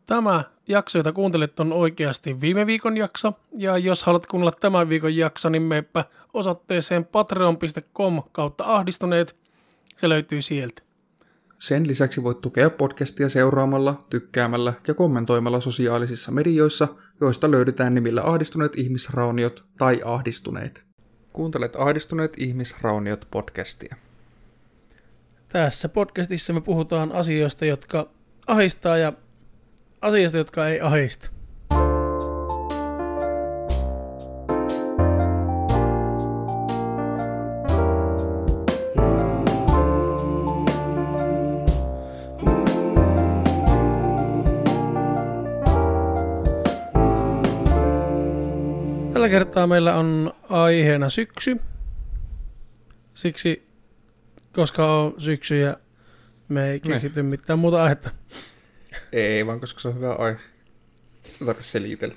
Tämä jakso, jota kuuntelet, on oikeasti viime viikon jakso. Ja jos haluat kuunnella tämän viikon jakso, niin meepä osoitteeseen patreon.com/ahdistuneet. Se löytyy sieltä. Sen lisäksi voit tukea podcastia seuraamalla, tykkäämällä ja kommentoimalla sosiaalisissa medioissa, joista löydetään nimillä Ahdistuneet ihmisrauniot tai Ahdistuneet. Kuuntelet Ahdistuneet ihmisrauniot podcastia. Tässä podcastissa me puhutaan asioista, jotka ahdistaa ja asioista, jotka ei ahdista. Tällä kertaa meillä on aiheena syksy. Siksi, koska on syksy ja me ei keksity mitään muuta aihetta. Ei, vaan koska se on hyvä aihe. Sitä tarvitsisi selitellä.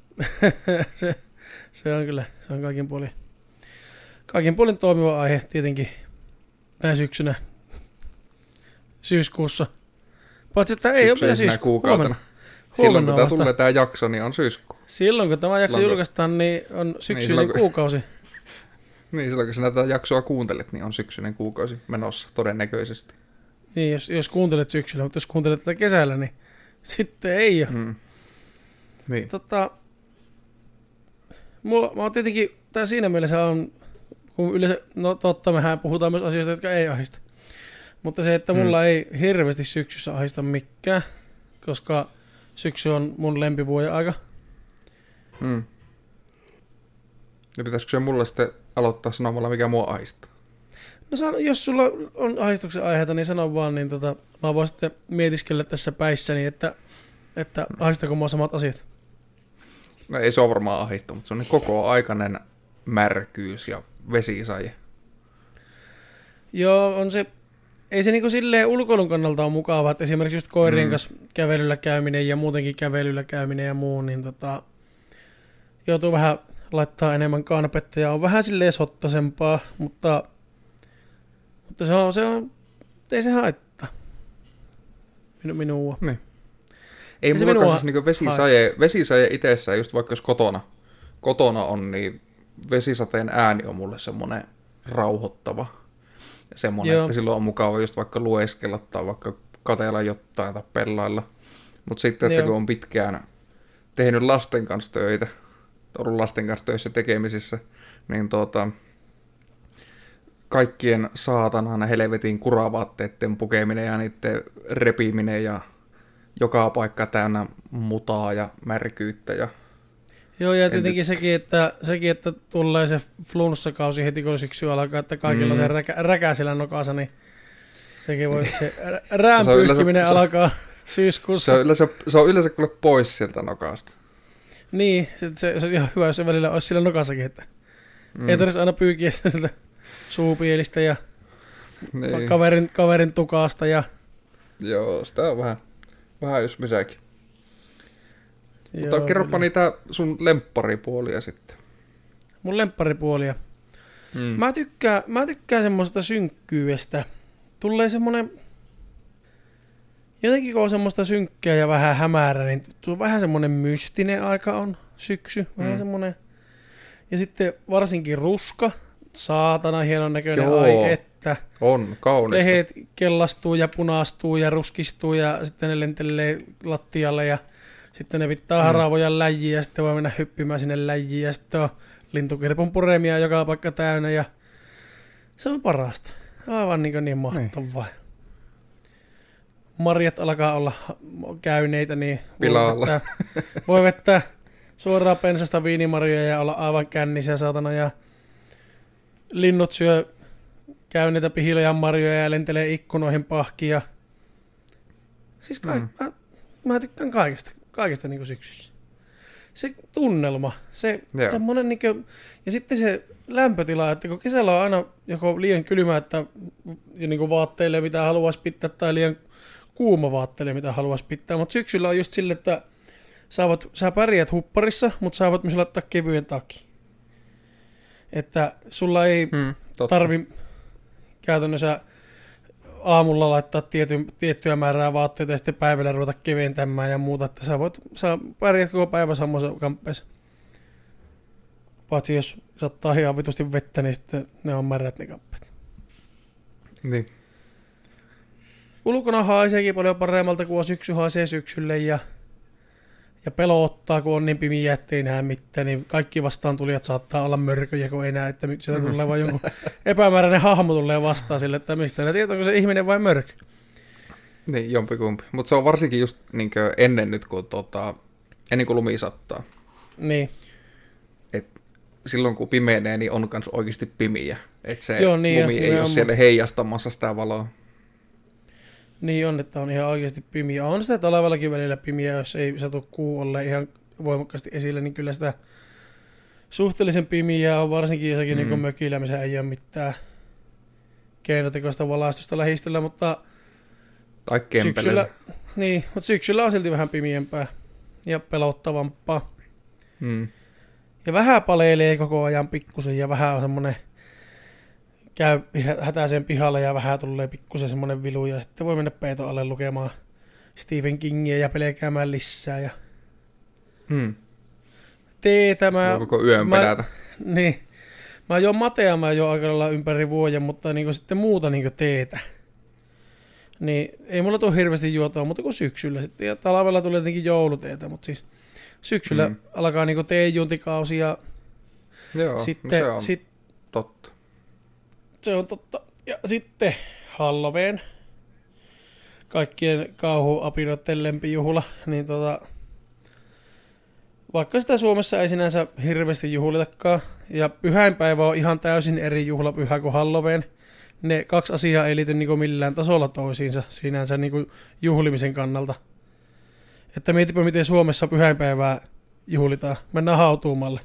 se on kyllä, se on kaikin puolin toimiva aihe tietenkin näin syksynä, syyskuussa. Paitsi, että ei ole vielä syyskuu. Silloin kun tämä tulee tämä jakso, niin on syyskuu. Silloin kun tämä jakso julkaistaan, niin on syksyinen kuukausi. Niin, silloin kun sinä tätä jaksoa kuuntelet, niin on syksyinen kuukausi menossa todennäköisesti. Niin, jos kuuntelet syksyllä, mutta jos kuuntelet tätä kesällä, niin sitten ei ole. Niin. Mä oon tietenkin, tää siinä mielessä on, kun yleensä, no totta, mehän puhutaan myös asioista, jotka ei ahdista. Mutta se, että mulla ei hirveästi syksyssä ahdista mikään, koska syksy on mun lempivuoden aika. Ja pitäisikö se mulle sitten aloittaa sanomalla, mikä mua ahdistaa? No jos sulla on ahdistuksen aiheita, niin sano vaan, niin mä voin sitten mietiskellä tässä päissäni, että ahdistako mua samat asiat. No ei se ole varmaan ahdista, mutta se on kokoaikainen märkyys ja vesisaje. Joo, on se, ei se niinku silleen ulkoilun kannalta ole mukavaa, että esimerkiksi just koirien kanssa kävelyllä käyminen ja muutenkin kävelyllä käyminen ja muu, niin joutuu vähän laittaa enemmän kanpetta ja on vähän silleen sottasempaa, mutta se on, ei se haittaa minua. Niin. Ei mulla siis niinku vesisaje itsessään, just vaikka jos kotona on, niin vesisateen ääni on mulle semmoinen rauhoittava. Semmoinen, että silloin on mukava just vaikka lueskella tai vaikka katsella jotain tai pellailla. Mutta sitten, että kun on pitkään tehnyt lasten kanssa töitä, ollut lasten kanssa töissä tekemisissä, niin kaikkien saatanan helvetin kuravaatteiden pukeminen ja niiden repiminen ja joka paikka täynnä mutaa ja märkyyttä. Joo, ja tietenkin sekin, että tulee se flunssakausi heti, kun syksy alkaa, että kaikilla on se räkä siellä nokassa, niin sekin voi, se räämpyyhkiminen alkaa syyskuussa. Se on yleensä kuule pois sieltä nokasta. Niin, se on ihan hyvä, jos se välillä olisi siellä nokassakin, että ei tarvitsisi aina pyykiä sieltä suupielistä ja kaverin tukasta. Ja joo, sitä on vähän jos misäkin. Mutta kerropa niitä sun lempparipuolia sitten. Mun lempparipuolia? Mä tykkään semmoista synkkyydestä. Tulee semmonen, jotenkin kun on semmoista synkkää ja vähän hämärä, niin vähän semmonen mystinen aika on syksy. Vähän semmonen. Ja sitten varsinkin ruska. Saatana hienon näköinen että. On, kaunista. Lehet kellastuu ja punaastuu ja ruskistuu ja sitten ne lentelee lattialle ja sitten ne pitää haravoja läjiä ja sitten voi mennä hyppimään sinne läjiin ja sitten on lintukirpun puremia joka paikka täynnä ja se on parasta. Aivan niin mahtavaa. Marjat alkaa olla käyneitä, niin voi vettää suoraan pensasta viinimarjoja ja olla aivan kännissä saatana ja linnut syö käyneitä pihilejan marjoja ja lentelee ikkunoihin pahkia. Siis mä tykkään kaikesta niin kuin syksyssä. Se tunnelma, semmoinen niin kuin, ja sitten se lämpötila, että kun kesällä on aina joko liian kylmä, että niin kuin vaatteille mitä haluaisi pitää, tai liian kuuma vaatteille mitä haluaisi pitää, mutta syksyllä on just sille, että sä pärjät hupparissa, mutta sä voit myös laittaa kevyen takin. Että sulla ei tarvi käytännössä aamulla laittaa tiettyä määrää vaatteita ja sitten päivällä ruveta keventämään ja muuta, että sä pärjät koko päivä samassa kamppeessa. Paitsi jos sattaa ihan vitusti vettä, niin sitten ne on märät ne kamppeet. Niin. Ulkona haiseekin paljon paremmalta, kun on syksy haisee syksylle ja pelottaa, kun on niin pimiä, ettei näe mitään, niin kaikki vastaan tulijat saattaa olla mörköjä, kun ei näe, että sieltä tulee vaan jonkun epämääräinen hahmo tulee vastaan sille, että mistä ne tietää, onko se ihminen vai mörkö. Niin, jompikumpi. Mutta se on varsinkin just niin ennen nyt, kun ennen kuin lumi sattaa. Niin. Et silloin kun pimenee, niin on myös oikeasti pimiä. Että se niin, lumi ei ole siellä heijastamassa sitä valoa. Niin on, että on ihan oikeasti pimiä. On sitä talvellakin välillä pimiä, jos ei satu kuu olleen ihan voimakkaasti esille, niin kyllä sitä suhteellisen pimiä on varsinkin jossakin niin mökillä, missä ei ole mitään keinotekoista valaistusta lähistöllä, mutta tai kempeleillä. Niin, mutta syksyllä on silti vähän pimiempää ja pelottavampaa. Ja vähän paleilee koko ajan pikkusen ja vähän on semmoinen käy hätäisen pihalle ja vähän tulee pikkusen semmoinen vilu ja sitten voi mennä peiton alle lukemaan Stephen Kingia ja pelkäämään lisää. Ja teetä. Sitten koko yön pelätä. Niin. Mä joon matea, mä joon aika lailla ympäri vuoden, mutta niinku sitten muuta niinku teetä. Niin ei mulla tule hirveästi juotua, mutta kuin syksyllä sitten. Ja talvella tulee jotenkin jouluteetä, mutta siis syksyllä alkaa niinku teejuontikausi ja joo, sitten, se on totta. Se on totta. Ja sitten Halloween, kaikkien kauhuapinoiden lempijuhla, niin vaikka sitä Suomessa ei sinänsä hirveästi juhlitakaan, ja pyhäinpäivä on ihan täysin eri juhlapyhä kuin Halloween, ne kaksi asiaa ei liity niinku millään tasolla toisiinsa sinänsä niinku juhlimisen kannalta. Että mietipä, miten Suomessa pyhäinpäivää juhlitaan. Mennään hautuumalle.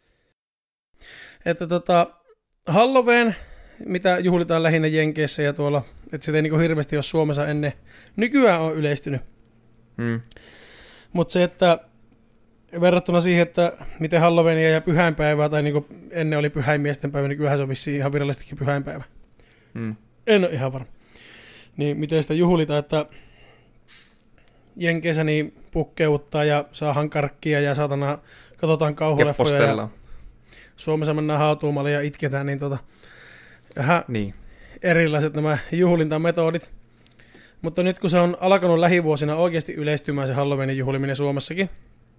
Että Halloween, mitä juhlitaan lähinnä Jenkeissä ja tuolla, että sitä ei niinku hirveästi ole Suomessa ennen. Nykyään on yleistynyt. Mutta se, että verrattuna siihen, että miten Halloweenia ja pyhäinpäivää, tai niinku ennen oli pyhäinmiesten päivä, niin kyllähän se on vissiin ihan virallisestikin pyhäinpäivä. En ole ihan varma. Niin miten sitä juhlitaan, että Jenkeissä niin pukkeuttaa ja saahan karkkia ja saatana katsotaan kauhuleffoja ja Suomessa mennään hautuumalle ja itketään, niin vähän erilaiset nämä juhlintametodit. Mutta nyt kun se on alkanut lähivuosina oikeasti yleistymään se Halloweenin juhliminen Suomessakin,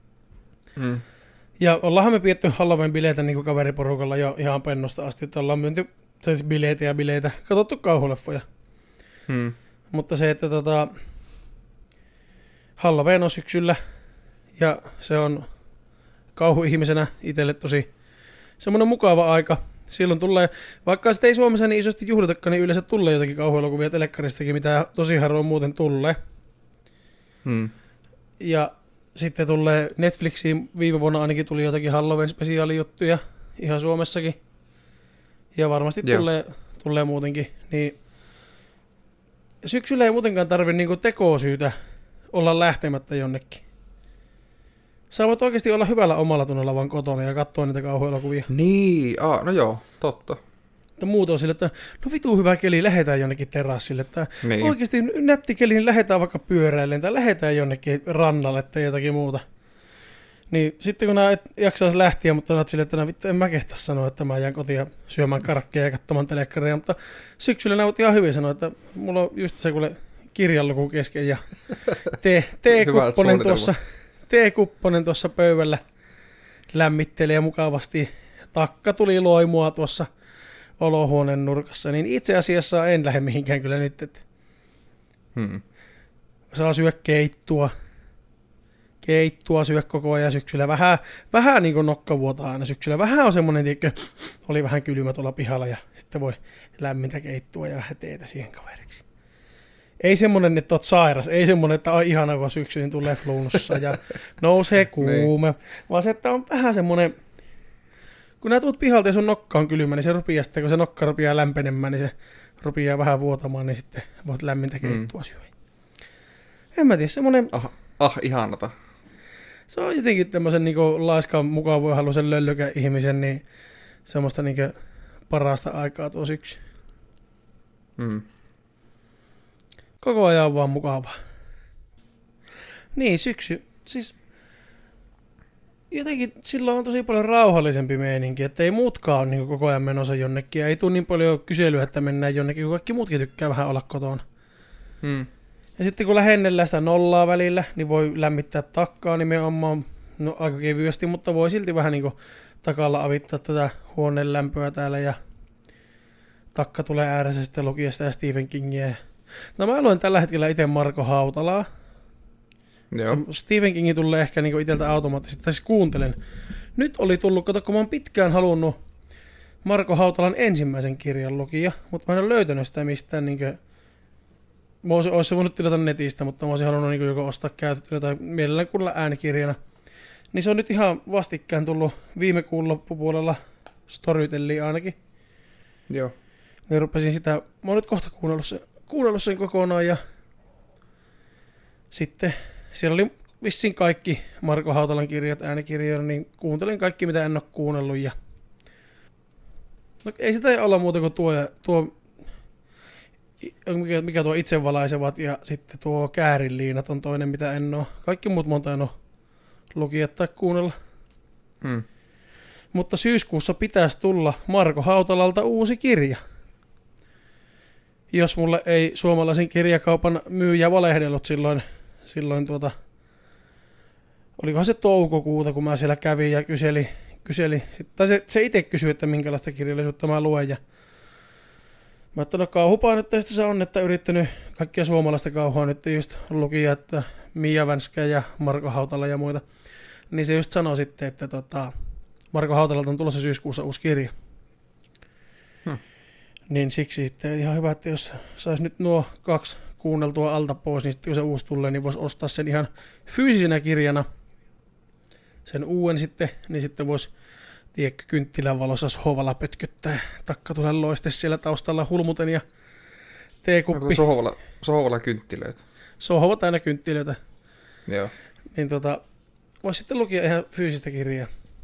ja ollaanhan me pietty Halloween-bileitä niin kuin kaveriporukalla jo ihan pennosta asti, että ollaan myynty siis bileitä, katsottu kauhuleffoja. Mutta se, että Halloween on syksyllä, ja se on kauhuihmisenä itselle tosi semmoinen mukava aika. Silloin tulee, vaikka sitä ei Suomessa niin isosti juhlitakaan, niin yleensä tulee jotakin kauhuelokuvia telekkaristakin, mitä tosi harvoin muuten tulee. Ja sitten tulee Netflixiin, viime vuonna ainakin tuli jotakin Halloween-spesiaalijuttuja ihan Suomessakin. Ja varmasti tulee muutenkin. Niin syksyllä ei muutenkaan tarvitse niinku tekosyytä olla lähtemättä jonnekin. Sä voit oikeasti olla hyvällä omalla tunnolla vaan kotona ja katsoa niitä kauhuelokuvia. Niin, no joo, totta. Mutta muuta on sille, että no vitu hyvä keli, lähdetään jonnekin terassille. Että oikeasti nätti keli, niin lähdetään vaikka pyöräilleen tai lähdetään jonnekin rannalle tai jotakin muuta. Niin sitten kun nää et jaksaisi lähteä, mutta näet sille, että no vittu en mä kehtaa sanoa, että mä jään kotiin syömään karkkeja ja katsomaan telekkaria. Mutta syksyllä nää ihan hyvin sanoa, että mulla on just se kuule kirjanluku kesken ja teekupponen tuossa pöydällä lämmittelee mukavasti. Takka tuli loimua tuossa olohuoneen nurkassa, niin itse asiassa en lähde mihinkään kyllä nyt. Että saa syö keittua syö koko ajan syksyllä. Vähän niin kuin nokkavuota aina syksyllä. Vähän on semmoinen, tiedätkö, oli vähän kylmä tuolla pihalla ja sitten voi lämmintä keittua ja vähän teetä siihen kaveriksi. Ei semmoinen, että oot sairas, ei semmoinen, että on ihana, kun syksyisin tulee flunssa ja nousee kuume, vaan se, että on vähän semmoinen, kun nää tuut pihalta ja sun nokka on kylmä, niin se rupeaa sitten, kun se nokka rupeaa lämpenemään, niin se rupeaa vähän vuotamaan, niin sitten voit lämmintä keittua syödä. En mä tiedä, semmoinen... ihanata. Se on jotenkin tämmöisen niin laiskan mukavuudenhaluisen löllökä ihmisen, niin semmoista niin parasta aikaa tuo syksy. Koko ajan on vaan mukavaa. Niin, syksy. Siis jotenkin silloin on tosi paljon rauhallisempi meininki, että ei muutkaan ole niin koko ajan menossa jonnekin. Ja ei tule niin paljon kyselyä, että mennään jonnekin, kun kaikki muutkin tykkää vähän olla kotona. Ja sitten kun lähennellään sitä nollaa välillä, niin voi lämmittää takkaa nimenomaan aika kevyesti, mutta voi silti vähän niin kuin takalla avittaa tätä huoneen lämpöä täällä ja takka tulee ääressä sitten lukia sitä Stephen Kingiä. No mä luen tällä hetkellä itse Marko Hautalaa. Joo. Stephen Kingi tulee ehkä niinku itseltä automaattisesti, tai siis kuuntelen. Nyt oli tullut, kato kun mä oon pitkään halunnut Marko Hautalan ensimmäisen kirjan lukia, mutta mä en ole löytänyt sitä mistään niinkö. Mä olisin voinut tilata netistä, mutta mä olisin halunnut niinku joko ostaa käytettynä tai mielellään kuunnella äänikirjana. Niin se on nyt ihan vastikään tullut viime kuun loppupuolella Storytelliin ainakin. Joo. Niin rupesin sitä, mä oon nyt kohta kuunnellut sen kokonaan ja sitten siellä oli vissiin kaikki Marko Hautalan kirjat äänikirjoina, niin kuuntelin kaikki mitä en ole kuunnellut ja no, ei sitä ei olla muuta kuin tuo mikä tuo itsevalaisevat ja sitten tuo Käärinliinat on toinen mitä en ole. Kaikki muut monta en ole lukia tai kuunnella. Mutta syyskuussa pitäisi tulla Marko Hautalalta uusi kirja. Jos mulle ei suomalaisen kirjakaupan myyjä valehdellut silloin olikohan se toukokuuta, kun mä siellä kävin ja kyseli tai se itse kysyi, että minkälaista kirjallisuutta mä luen ja mä ajattelin, että kauhupainotteista se on, että yrittänyt kaikkia suomalaista kauhua nyt just lukia, että Mia Vänskä ja Marko Hautala ja muita. Niin se just sanoi sitten, että Marko Hautalalta on tulossa syyskuussa uusi kirja. Niin siksi sitten ihan hyvä, että jos saisi nyt nuo 2 kuunneltua alta pois, niin sitten kun se uusi tulee, niin voisi ostaa sen ihan fyysisenä kirjana. Sen uuden sitten, niin sitten voisi kynttilän valossa sohvalla pötköttää. Takka tulee loiste siellä taustalla hulmuten ja teekuppi. Sohvalla kynttilöitä. Sohva täynnä kynttilöitä. Joo. Niin voisi sitten lukia ihan fyysistä kirjaa.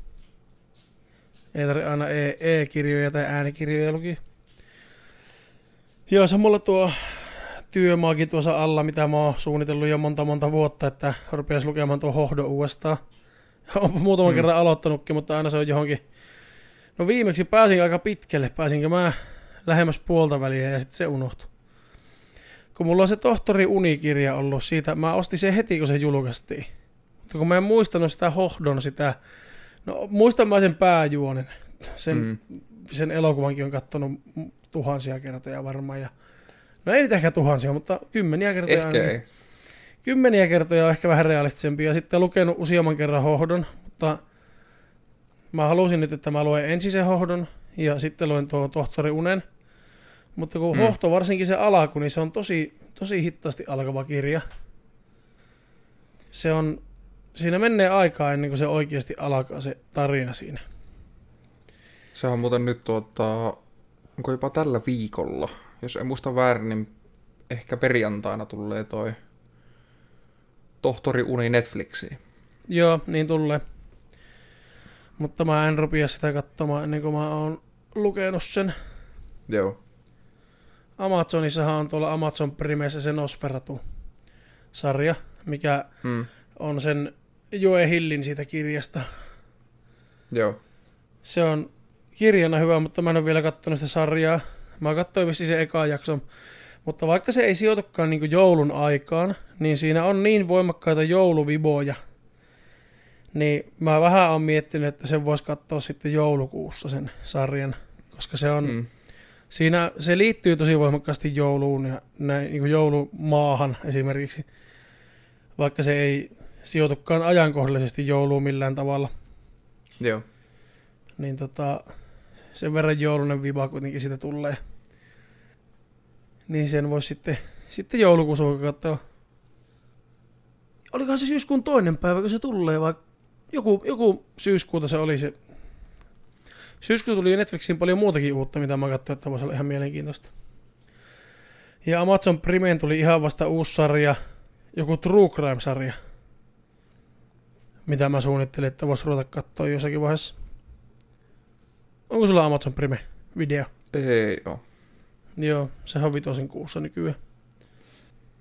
Ei tarvitse aina e-kirjoja tai äänikirjoja lukia. Joo, se on mulla tuo työmaakin tuossa alla, mitä mä oon suunnitellut jo monta vuotta, että rupeaisi lukemaan tuo Hohdo uudestaan. Olen muutaman kerran aloittanutkin, mutta aina se on johonkin. No viimeksi pääsin aika pitkälle, pääsinkö mä lähemmäs puolta väliä ja sitten se unohtui. Kun mulla on se Tohtori Unikirja ollut siitä, mä ostin sen heti kun se julkaistiin. Mutta kun mä en muistanut sitä Hohdon sitä, no muistan mä sen pääjuonen. Sen elokuvankin on kattonut tuhansia kertoja varmaan. Ja, no ei nyt ehkä tuhansia, mutta kymmeniä kertoja. Ehkä ei. Kymmeniä kertoja on ehkä vähän realistisempia. Sitten lukenut useamman kerran Hohdon, mutta mä halusin nyt, että mä luen ensin sen Hohdon ja sitten luen tuon Tohtori Unen. Mutta kun Hohto, varsinkin se alku, niin se on tosi hittaasti alkava kirja. Siinä menee aikaa ennen kuin se oikeasti alkaa se tarina siinä. Se on muuten nyt onko jopa tällä viikolla, jos en muista väärin, niin ehkä perjantaina tulee toi Tohtori Uni Netflixiin. Joo, niin tulee. Mutta mä en rupia sitä katsomaan ennen kuin mä oon lukenut sen. Joo. Amazonissahan on tuolla Amazon Primessä se Nosferatu-sarja, mikä on sen Joe Hillin siitä kirjasta. Joo. Se on kirjana hyvä, mutta mä en ole vielä katsonut sitä sarjaa. Mä katsoin vissiin sen ekan jakson. Mutta vaikka se ei sijoitukaan niin kuin joulun aikaan, niin siinä on niin voimakkaita jouluviboja. Niin mä vähän oon miettinyt, että sen voisi katsoa sitten joulukuussa sen sarjan. Koska se on siinä se liittyy tosi voimakkaasti jouluun ja näin, niin kuin joulumaahan esimerkiksi. Vaikka se ei sijoitukaan ajankohdallisesti jouluun millään tavalla. Joo. Niin sen verran joulunen viba kuitenkin siitä tulee. Niin sen voisi sitten joulukuussa katsoa. Olikohan se syyskuun 2. päivä, kun se tulee, vai joku syyskuuta se oli se. Syyskuussa tuli Netflixiin paljon muutakin uutta, mitä mä katsoin, että voisi olla ihan mielenkiintoista. Ja Amazon Primeen tuli ihan vasta uusi sarja, joku True Crime-sarja, mitä mä suunnittelin, että voisi ruveta katsoa jossakin vaiheessa. Onko sulla Amazon Prime-video? Ei oo. Joo, sehän on 5. kuussa nykyään.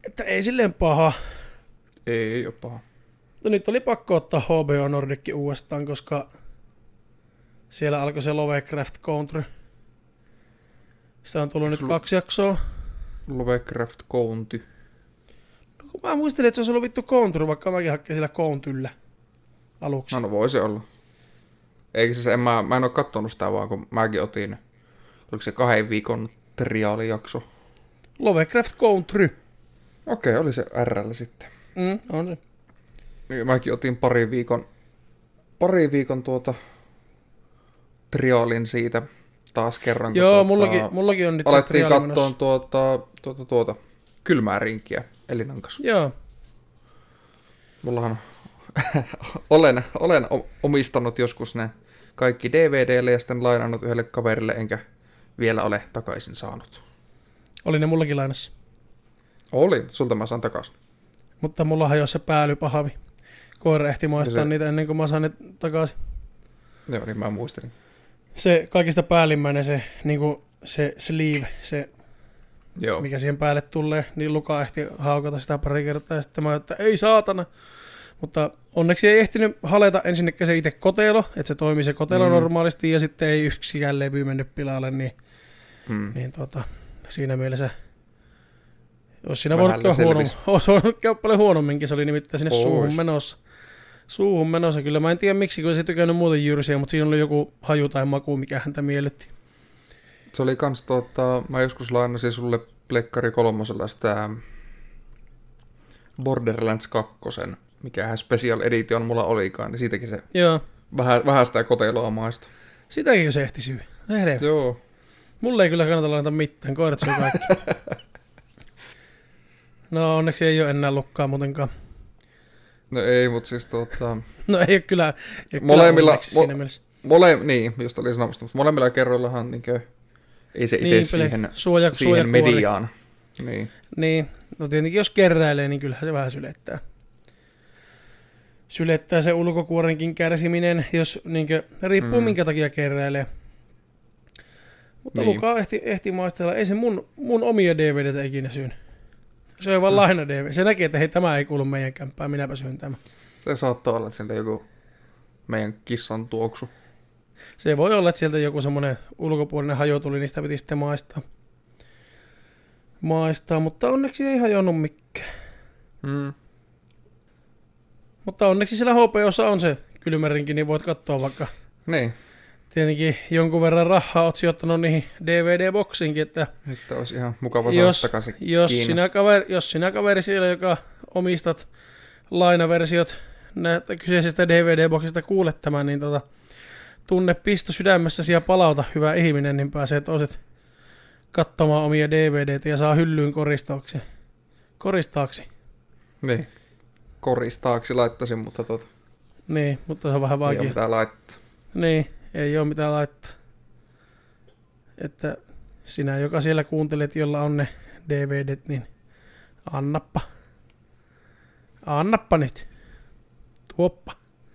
Että ei silleen paha. Ei ole paha. No nyt oli pakko ottaa HBO Nordic uudestaan, koska siellä alkoi se Lovecraft Country. Sitä on tullut nyt 2 jaksoa. Lovecraft Country. No, kun mä muistelin, että se olisi ollut vittu Country, vaikka mäkin hakkein sillä Countyllä aluksi. No voi se olla. Eikö siis, mä en ole kattonut sitä vaan, kun mäkin otin, oliko se 2 viikon triaalijakso? Lovecraft Country. Okei, oli se RL sitten. On se. Niin, mäkin otin pari viikon triaalin siitä taas kerran. Joo, mullakin on nyt se triaali menossa. Alettiin katsoa Kylmää rinkiä Elinan kanssa. Joo. Mullahan olen omistanut joskus ne kaikki DVDlle ja sitten lainannut yhdelle kaverille, enkä vielä ole takaisin saanut. Oli ne mullakin lainassa. Oli, sulta mä saan takaisin. Mutta mulla hajosi se päällypahavi. Koira ehti maistaa niitä ennen kuin mä saan ne takaisin. Joo, niin mä muistelin. Se kaikista päällimmäinen, se, niinku, se sleeve, se Joo. Mikä siihen päälle tulee, niin Luka ehti haukata sitä pari kertaa ja sitten mä että ei saatana. Mutta onneksi ei ehtinyt haleta ensinnäkin se itse kotelo, että se toimii se kotelo normaalisti ja sitten ei yksikään levy mennyt pilalle, niin siinä mielessä olisi siinä voinut käydä paljon huonomminkin, se oli nimittäin sinne suuhun menossa. Kyllä mä en tiedä miksi, kun se tykännyt muuten jyrsiä, mutta siinä oli joku haju tai maku, mikä häntä miellytti. Se oli kans mä joskus lainasin sulle Plekkari 3 sitä Borderlands 2, mikähän Special Edition mulla olikaan, niin siitäkin se vähän sitä koteloa maista. Sitäkin se ehti syy. Joo. Mulle ei kyllä kannata laittaa mitään, koirat syö kaikki. No onneksi ei ole enää lukkaa muutenkaan. No ei, mutta siis No ei ole kyllä, molemmilla, siinä mielessä. Niin, just oli sanomassa, mutta molemmilla kerroillahan ei se itse siihen mediaan. Niin, no tietenkin jos keräilee, niin kyllähän se vähän sylettää. Sylettää se ulkokuorenkin kärsiminen, jos riippuu minkä takia keräilee. Mutta niin. Luka ehti maistella. Ei se mun omia DVDtä ikinä syyn. Se on vaan laina DVD. Se näkee, että hei, tämä ei kuulu meidän kämppään, minäpä syyn tämä. Se saattaa olla, että sieltä joku meidän kissan tuoksu. Se voi olla, että sieltä joku semmoinen ulkopuolinen haju tuli, niin sitä piti sitten maistaa. Mutta onneksi ei hajonnut mikään. Mutta onneksi siellä HBOssa on se kylmärinki, niin voit katsoa vaikka. Niin. Tietenkin jonkun verran rahaa oot sijoittanut niihin DVD-boksiinkin, että olisi ihan mukava saada takaisin jos sinä kaveri siellä, joka omistat lainaversiot näitä kyseisestä DVD-boksista kuulet tämän, niin tunne pisto sydämessäsi ja palauta hyvä ihminen, niin pääsee toiset katsomaan omia DVDtä ja saa hyllyyn koristaaksi. Niin, koristaaksi laittaisin, mutta Niin, mutta se on vähän vaikea. Ei ole mitään laittaa. Niin, ei ole mitään laittaa. Että sinä, joka siellä kuuntelet, jolla on ne DVDt, niin annappa nyt. Tuoppa.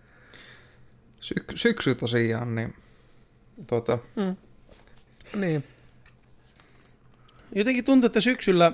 Syksy tosiaan, niin Niin. Jotenkin tuntuu, että syksyllä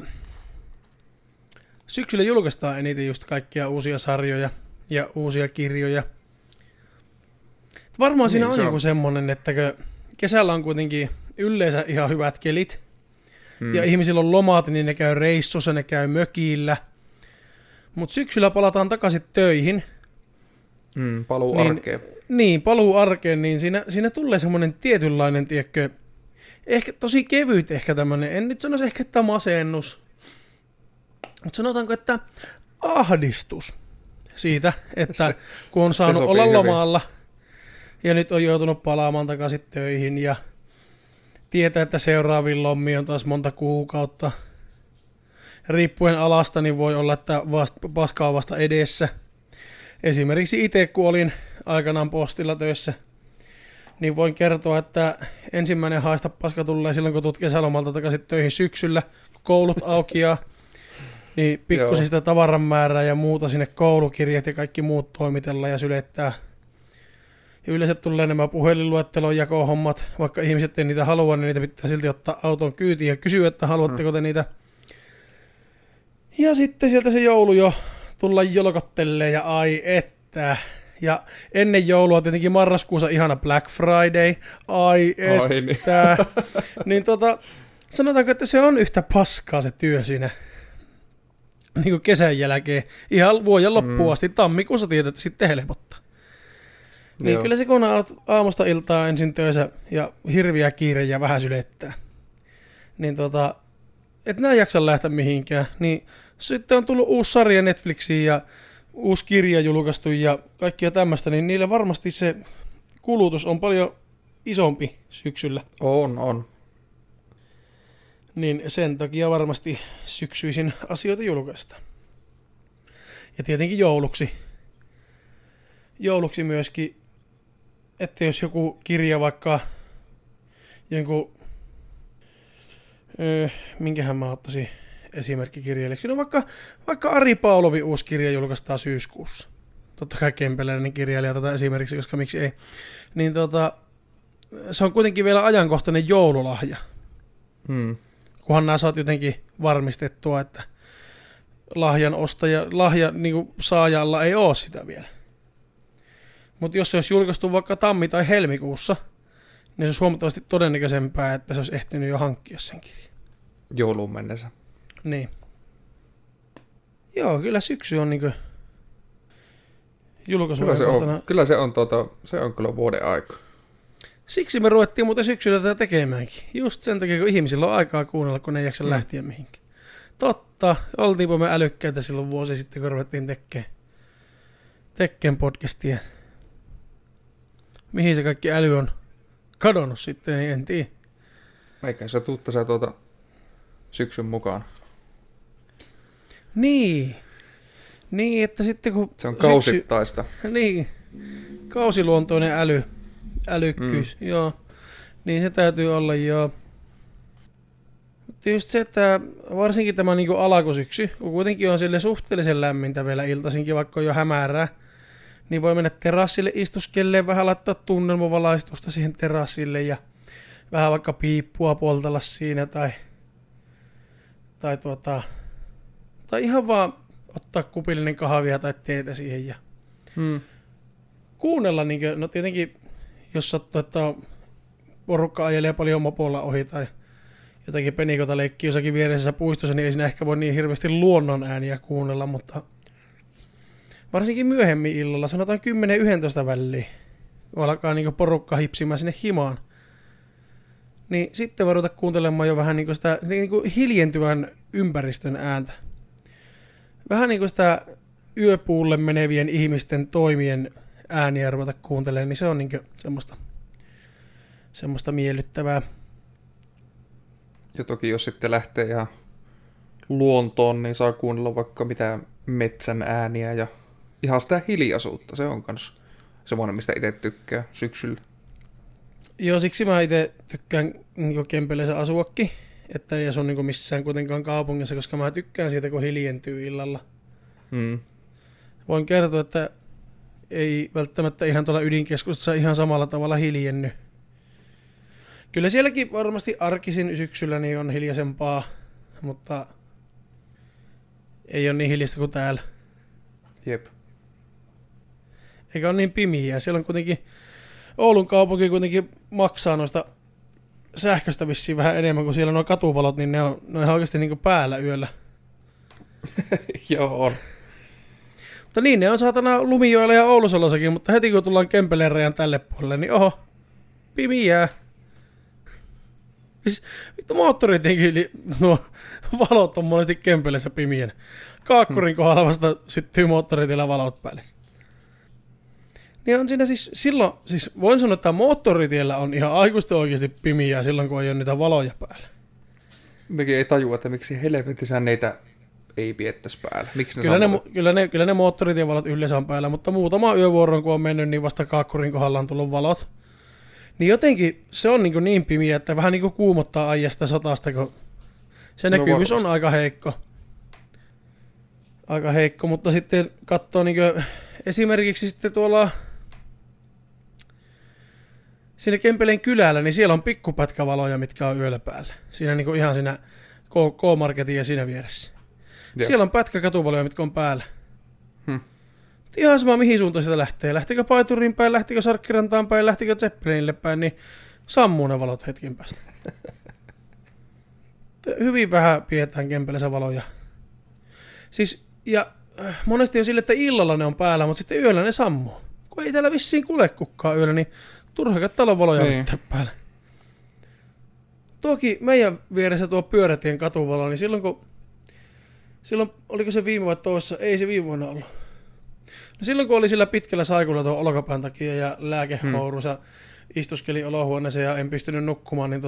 julkaistaan eniten just kaikkia uusia sarjoja ja uusia kirjoja. Varmaan siinä on joku semmoinen, että kesällä on kuitenkin yleensä ihan hyvät kelit. Ja ihmisillä on lomat, niin ne käy reissussa, ne käy mökillä. Mutta syksyllä palataan takaisin töihin. Paluu arkeen. Niin, paluu arkeen, niin siinä tulee semmoinen tietynlainen, tiedätkö, ehkä tosi kevyt ehkä tämmöinen, en nyt sanoisi ehkä, että masennus, mutta sanotaanko, että ahdistus siitä, että kun on saanut olla lomalla ja nyt on joutunut palaamaan takaisin töihin ja tietää, että seuraaviin lommiin on taas monta kuukautta. Riippuen alasta, niin voi olla, että paskaa vasta edessä. Esimerkiksi itse, kun olin aikanaan postilla töissä, niin voin kertoa, että ensimmäinen haista paska tulee silloin, kun tulet kesälomalta takaisin töihin syksyllä, kun koulut aukeaa, niin pikkusen sitä tavaran määrää ja muuta sinne koulukirjat ja kaikki muut toimitella ja sylettää. Ja yleensä tulee nämä puhelinluettelon jakohommat, vaikka ihmiset ei niitä halua, niin niitä pitää silti ottaa auton kyytiin ja kysyä, että haluatteko te niitä. Ja sitten sieltä se joulu jo tulla jolkottelee ja ai että. Ja ennen joulua tietenkin marraskuussa ihana Black Friday. Ai että. Niin sanotaanko, että se on yhtä paskaa se työ siinä niin kuin kesän jälkeen. Ihan vuoden loppuun asti. Tammikuussa tiedät, että sitten helpottaa. Niin joo. Kyllä se kun on aamusta iltaa ensin töissä ja hirviä kiire ja vähän sylettää. Niin et nää jaksa lähteä mihinkään. Niin sitten on tullut uusi sarja Netflixiin ja uusi kirja julkaistu ja kaikkia tämmöistä, niin niillä varmasti se kulutus on paljon isompi syksyllä. On. Niin sen takia varmasti syksyisin asioita julkaista. Ja tietenkin jouluksi myöskin, että jos joku kirja vaikka jonkun, minkähän mä ottaisin esimerkkikirjailijaksi, no vaikka Ari Paulovin uusi kirja julkaistaan syyskuussa. Totta kai kempeläinen kirjailija esimerkiksi, koska miksi ei. Niin se on kuitenkin vielä ajankohtainen joululahja. Kunhan nämä saat jotenkin varmistettua, että lahjan niin kuin saajalla ei ole sitä vielä. Mutta jos se olisi julkaistu vaikka tammi- tai helmikuussa, niin se olisi huomattavasti todennäköisempää, että se olisi ehtinyt jo hankkia sen kirjan. Jouluun mennessä. Niin. Joo, kyllä syksy on niinku julkaisuaikana. Kyllä se on kyllä vuoden aika. Siksi me ruvettiin muuten syksyllä tätä tekemäänkin. Just sen takia, kun ihmisillä on aikaa kuunnella, kun ne ei jaksa lähteä mihinkään. Totta, oltiinpa me älykkäitä silloin vuosi sitten, kun ruvettiin tekemään podcastia. Mihin se kaikki äly on kadonnut sitten, niin en tiedä. Eikä se tuutta sä syksyn mukaan. Niin, että sitten kun se on kausittaista. Niin, kausiluontoinen älykkyys, joo. Niin se täytyy olla, joo. Mutta just se, että varsinkin tämä niin kuin alkusyksy, kun kuitenkin on sille suhteellisen lämmintä vielä iltaisinkin, vaikka on jo hämärää, niin voi mennä terassille istuskelleen, vähän laittaa tunnelmavalaistusta siihen terassille ja vähän vaikka piippua poltella siinä tai ihan vaan ottaa kupillinen kahvia tai teetä siihen ja kuunnella, niin kuin, no tietenkin jos sattuu, että porukka ajelee paljon mopolla ohi tai jotakin penikota leikkii jossakin vieressä puistossa, niin ei siinä ehkä voi niin hirveästi luonnon ääniä kuunnella, mutta varsinkin myöhemmin illalla, sanotaan 10-11 väliin, kun alkaa niin porukka hipsimään sinne himaan, niin sitten voi ruveta kuuntelemaan jo vähän niin sitä niin hiljentyvän ympäristön ääntä. Vähän niin kuin sitä yöpuulle menevien ihmisten toimien ääniä ruveta kuuntelemaan, niin se on niin semmoista miellyttävää. Ja toki jos sitten lähtee ihan luontoon, niin saa kuunnella vaikka mitä metsän ääniä ja ihan sitä hiljaisuutta. Se on kans semmoinen, mistä itse tykkää syksyllä. Joo, siksi mä itse tykkään niin Kempeleessä asuakin, että ei asu niin missään kuitenkaan kaupungissa, koska mä tykkään siitä, kun hiljentyy illalla. Voin kertoa, että ei välttämättä ihan tuolla ydinkeskustassa ihan samalla tavalla hiljenny. Kyllä sielläkin varmasti arkisin syksyllä niin on hiljaisempaa, mutta ei ole niin hiljasta kuin täällä. Jep. Eikä ole niin pimiä. Siellä on kuitenkin, Oulun kaupunki kuitenkin maksaa noista sähköstä vissiin vähän enemmän, kuin siellä nuo katuvalot, niin ne on ihan oikeasti niin kuin päällä yöllä. Joo, on. Mutta niin, ne on saatana Lumijoella ja Oulusolossakin, mutta heti kun tullaan Kempeleen rajan tälle puolelle, niin oho, pimiää. Siis vittu moottoritiekin, nuo valot on monesti Kempeleessä pimiänä. Kaakkurin kohdalla vasta syttyy moottoritiellä valot päälle. Niin on siinä siis silloin, siis voin sanoa, että moottoritiellä on ihan aikuisten oikeasti pimiää silloin, kun ei ole niitä valoja päällä. Mekin ei tajua, että miksi helvetissä neitä ei piettäisi päällä. Miksi kyllä ne moottoritien valot yleensä on päällä, mutta muutama yövuoron kun on mennyt, niin vasta Kaakkurin kohdalla on tullut valot. Niin jotenkin se on niin pimiä, että vähän niin kuin kuumottaa ajasta satasta, kun se näkyvyys on aika heikko. Aika heikko, mutta sitten katsoo niin esimerkiksi sitten tuolla siinä Kempeleen kylällä, niin siellä on pikkupätkävaloja, mitkä on yöllä päällä. Siinä niin ihan siinä K-marketin ja siinä vieressä. Siellä on pätkä katuvaloja, mitkä on päällä. Ihan sama mihin suuntaan sitä lähtee. Lähtikö Paituriin päin, lähtikö Sarkkirantaan päin, lähtikö Zeppelinille päin, niin sammuu ne valot hetken päästä. Hyvin vähän pidetään Kempeleessä valoja. Siis, ja monesti on sille, että illalla ne on päällä, mutta sitten yöllä ne sammuu. Kun ei täällä vissiin kulje kukaan yöllä, niin turha talon valoja pitää päällä. Toki meidän vieressä tuo pyörätien katuvalo, niin silloin, oliko se viime vai toissa? Ei se viime vuonna ollut. No silloin kun oli sillä pitkällä saikulla tuon olkapään takia ja lääkehourussa istuskeli olohuoneeseen ja en pystynyt nukkumaan, niin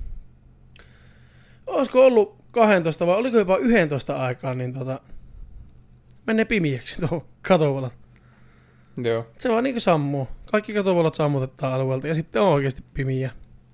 olisiko ollut 12 vai oliko jopa 11 aikaa, niin menee pimiäksi tuohon katovalot. Joo. Se vaan niinku sammuu. Kaikki katovalot sammutetaan alueelta ja sitten on oikeasti pimiä.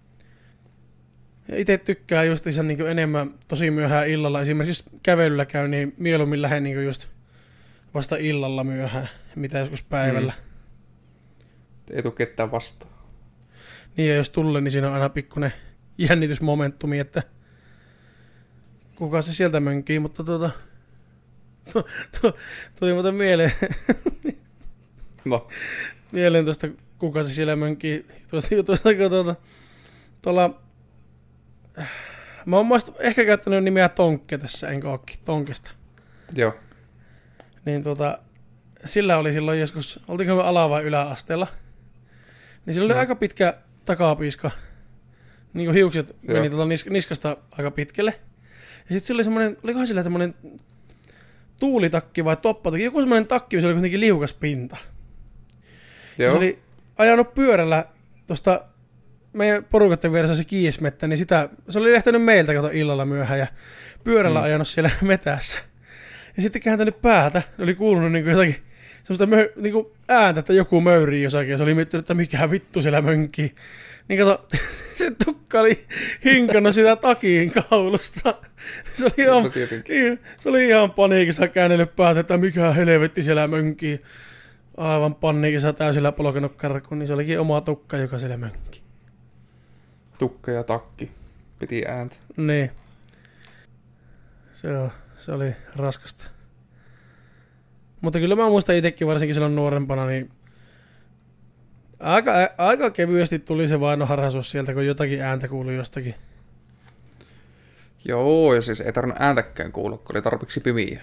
Ja itse tykkää justiinsa niinku enemmän tosi myöhään illalla. Esimerkiksi jos kävelyllä käy, niin mieluummin lähden niinku just vasta illalla myöhään, mitä joskus päivällä. Ei tule ketään vastaan. Niin ja jos tulee, niin siinä on aina pikkuinen jännitysmomentumi, että kuka se sieltä mönkii, mutta tuli muuten mieleen. No. Mieleen tuosta, kuka se siellä mönkii. Tuosta jutusta, kun tuolla mä oon ehkä käyttänyt nimeä Tonkke tässä, enkä ookin Tonkesta. Joo. Niin sillä oli silloin joskus, oltiinko me ala- vai yläasteella, niin sillä oli aika pitkä takapiiska. Niin kuin hiukset meni niskasta aika pitkälle. Ja sitten sillä oli semmoinen, olikohan sillä semmoinen tuulitakki vai toppatakki, joku semmoinen takki, missä oli kuitenkin liukas pinta. Joo. Se oli ajanut pyörällä tuosta meidän porukatten vieressä se kiismettä, niin se oli lähtenyt meiltä illalla myöhään ja pyörällä ajanut siellä metässä. Ja sitten kääntänyt päätä, oli kuulunut niinku jotakin semmoista niinku ääntä, että joku möyrii jossakin, ja se oli miettinyt, että mikä vittu siellä mönkii. Niin kato, se tukka oli hinkannut sitä takin kaulusta. Se oli ihan paniikissa käännellyt päätä, että mikä helvetti siellä mönkii. Aivan paniikissa täysillä polkenut karkuun, niin se olikin oma tukka, joka siellä mönkii. Tukka ja takki. Piti ääntä. Niin. Se oli raskasta. Mutta kyllä mä muistan itsekin varsinkin silloin nuorempana, niin aika kevyesti tuli se vainoharhaisuus sieltä, kun jotakin ääntä kuului jostakin. Joo, ja siis ei tarvinnut ääntäkään kuulla, kun oli tarpeeksi pimiä.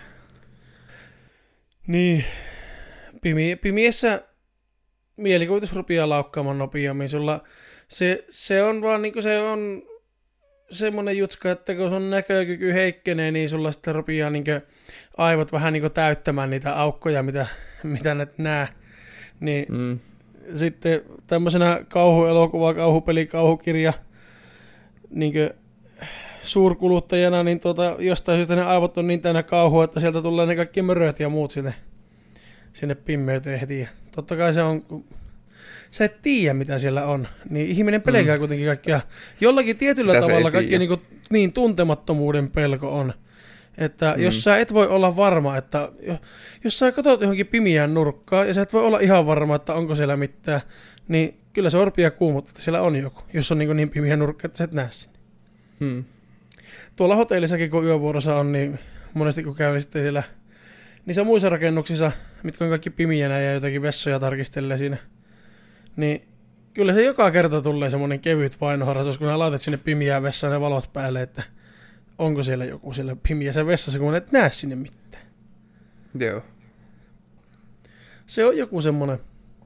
Niin. Pimiessä mielikuvitus rupeaa laukkaamaan nopeammin. Sulla se on vaan niinku se on semmoinen jutska, että kun sun näkökyky heikkenee, niin sulla sitten rupeaa niinku aivot vähän niinku täyttämään niitä aukkoja, mitä ne nää. Niin sitten tämmöisenä kauhuelokuva, kauhupeli, kauhukirja niinku suurkuluttajana, niin jostain syystä ne aivot on niin täynnä kauhua, että sieltä tulee ne kaikki möröt ja muut sinne pimmeyteen heti. Ja totta kai se on, sä et tiedä mitä siellä on, niin ihminen pelkää kuitenkin kaikkia. Jollakin tietyllä tavalla kaikki niin tuntemattomuuden pelko on. Että jos sä et voi olla varma, että jos sä katsot johonkin pimeään nurkkaan ja sä et voi olla ihan varma, että onko siellä mitään, niin kyllä se orpia kuumuttaa, että siellä on joku, jos on niin pimeä nurkka, että sä et näe sinne. Tuolla hotellissakin, kun yövuorossa on, niin monesti kun käyn sitten siellä niissä muissa rakennuksissa, mitkä on kaikki pimiänä ja jotakin vessoja tarkistelee siinä, niin kyllä se joka kerta tulee semmoinen kevyt vainoharrastus, kun laitat sinne pimeään vessaan ne valot päälle, että onko siellä joku siellä pimeässä vessassa, kun et näe sinne mitään. Joo. Se on joku semmoinen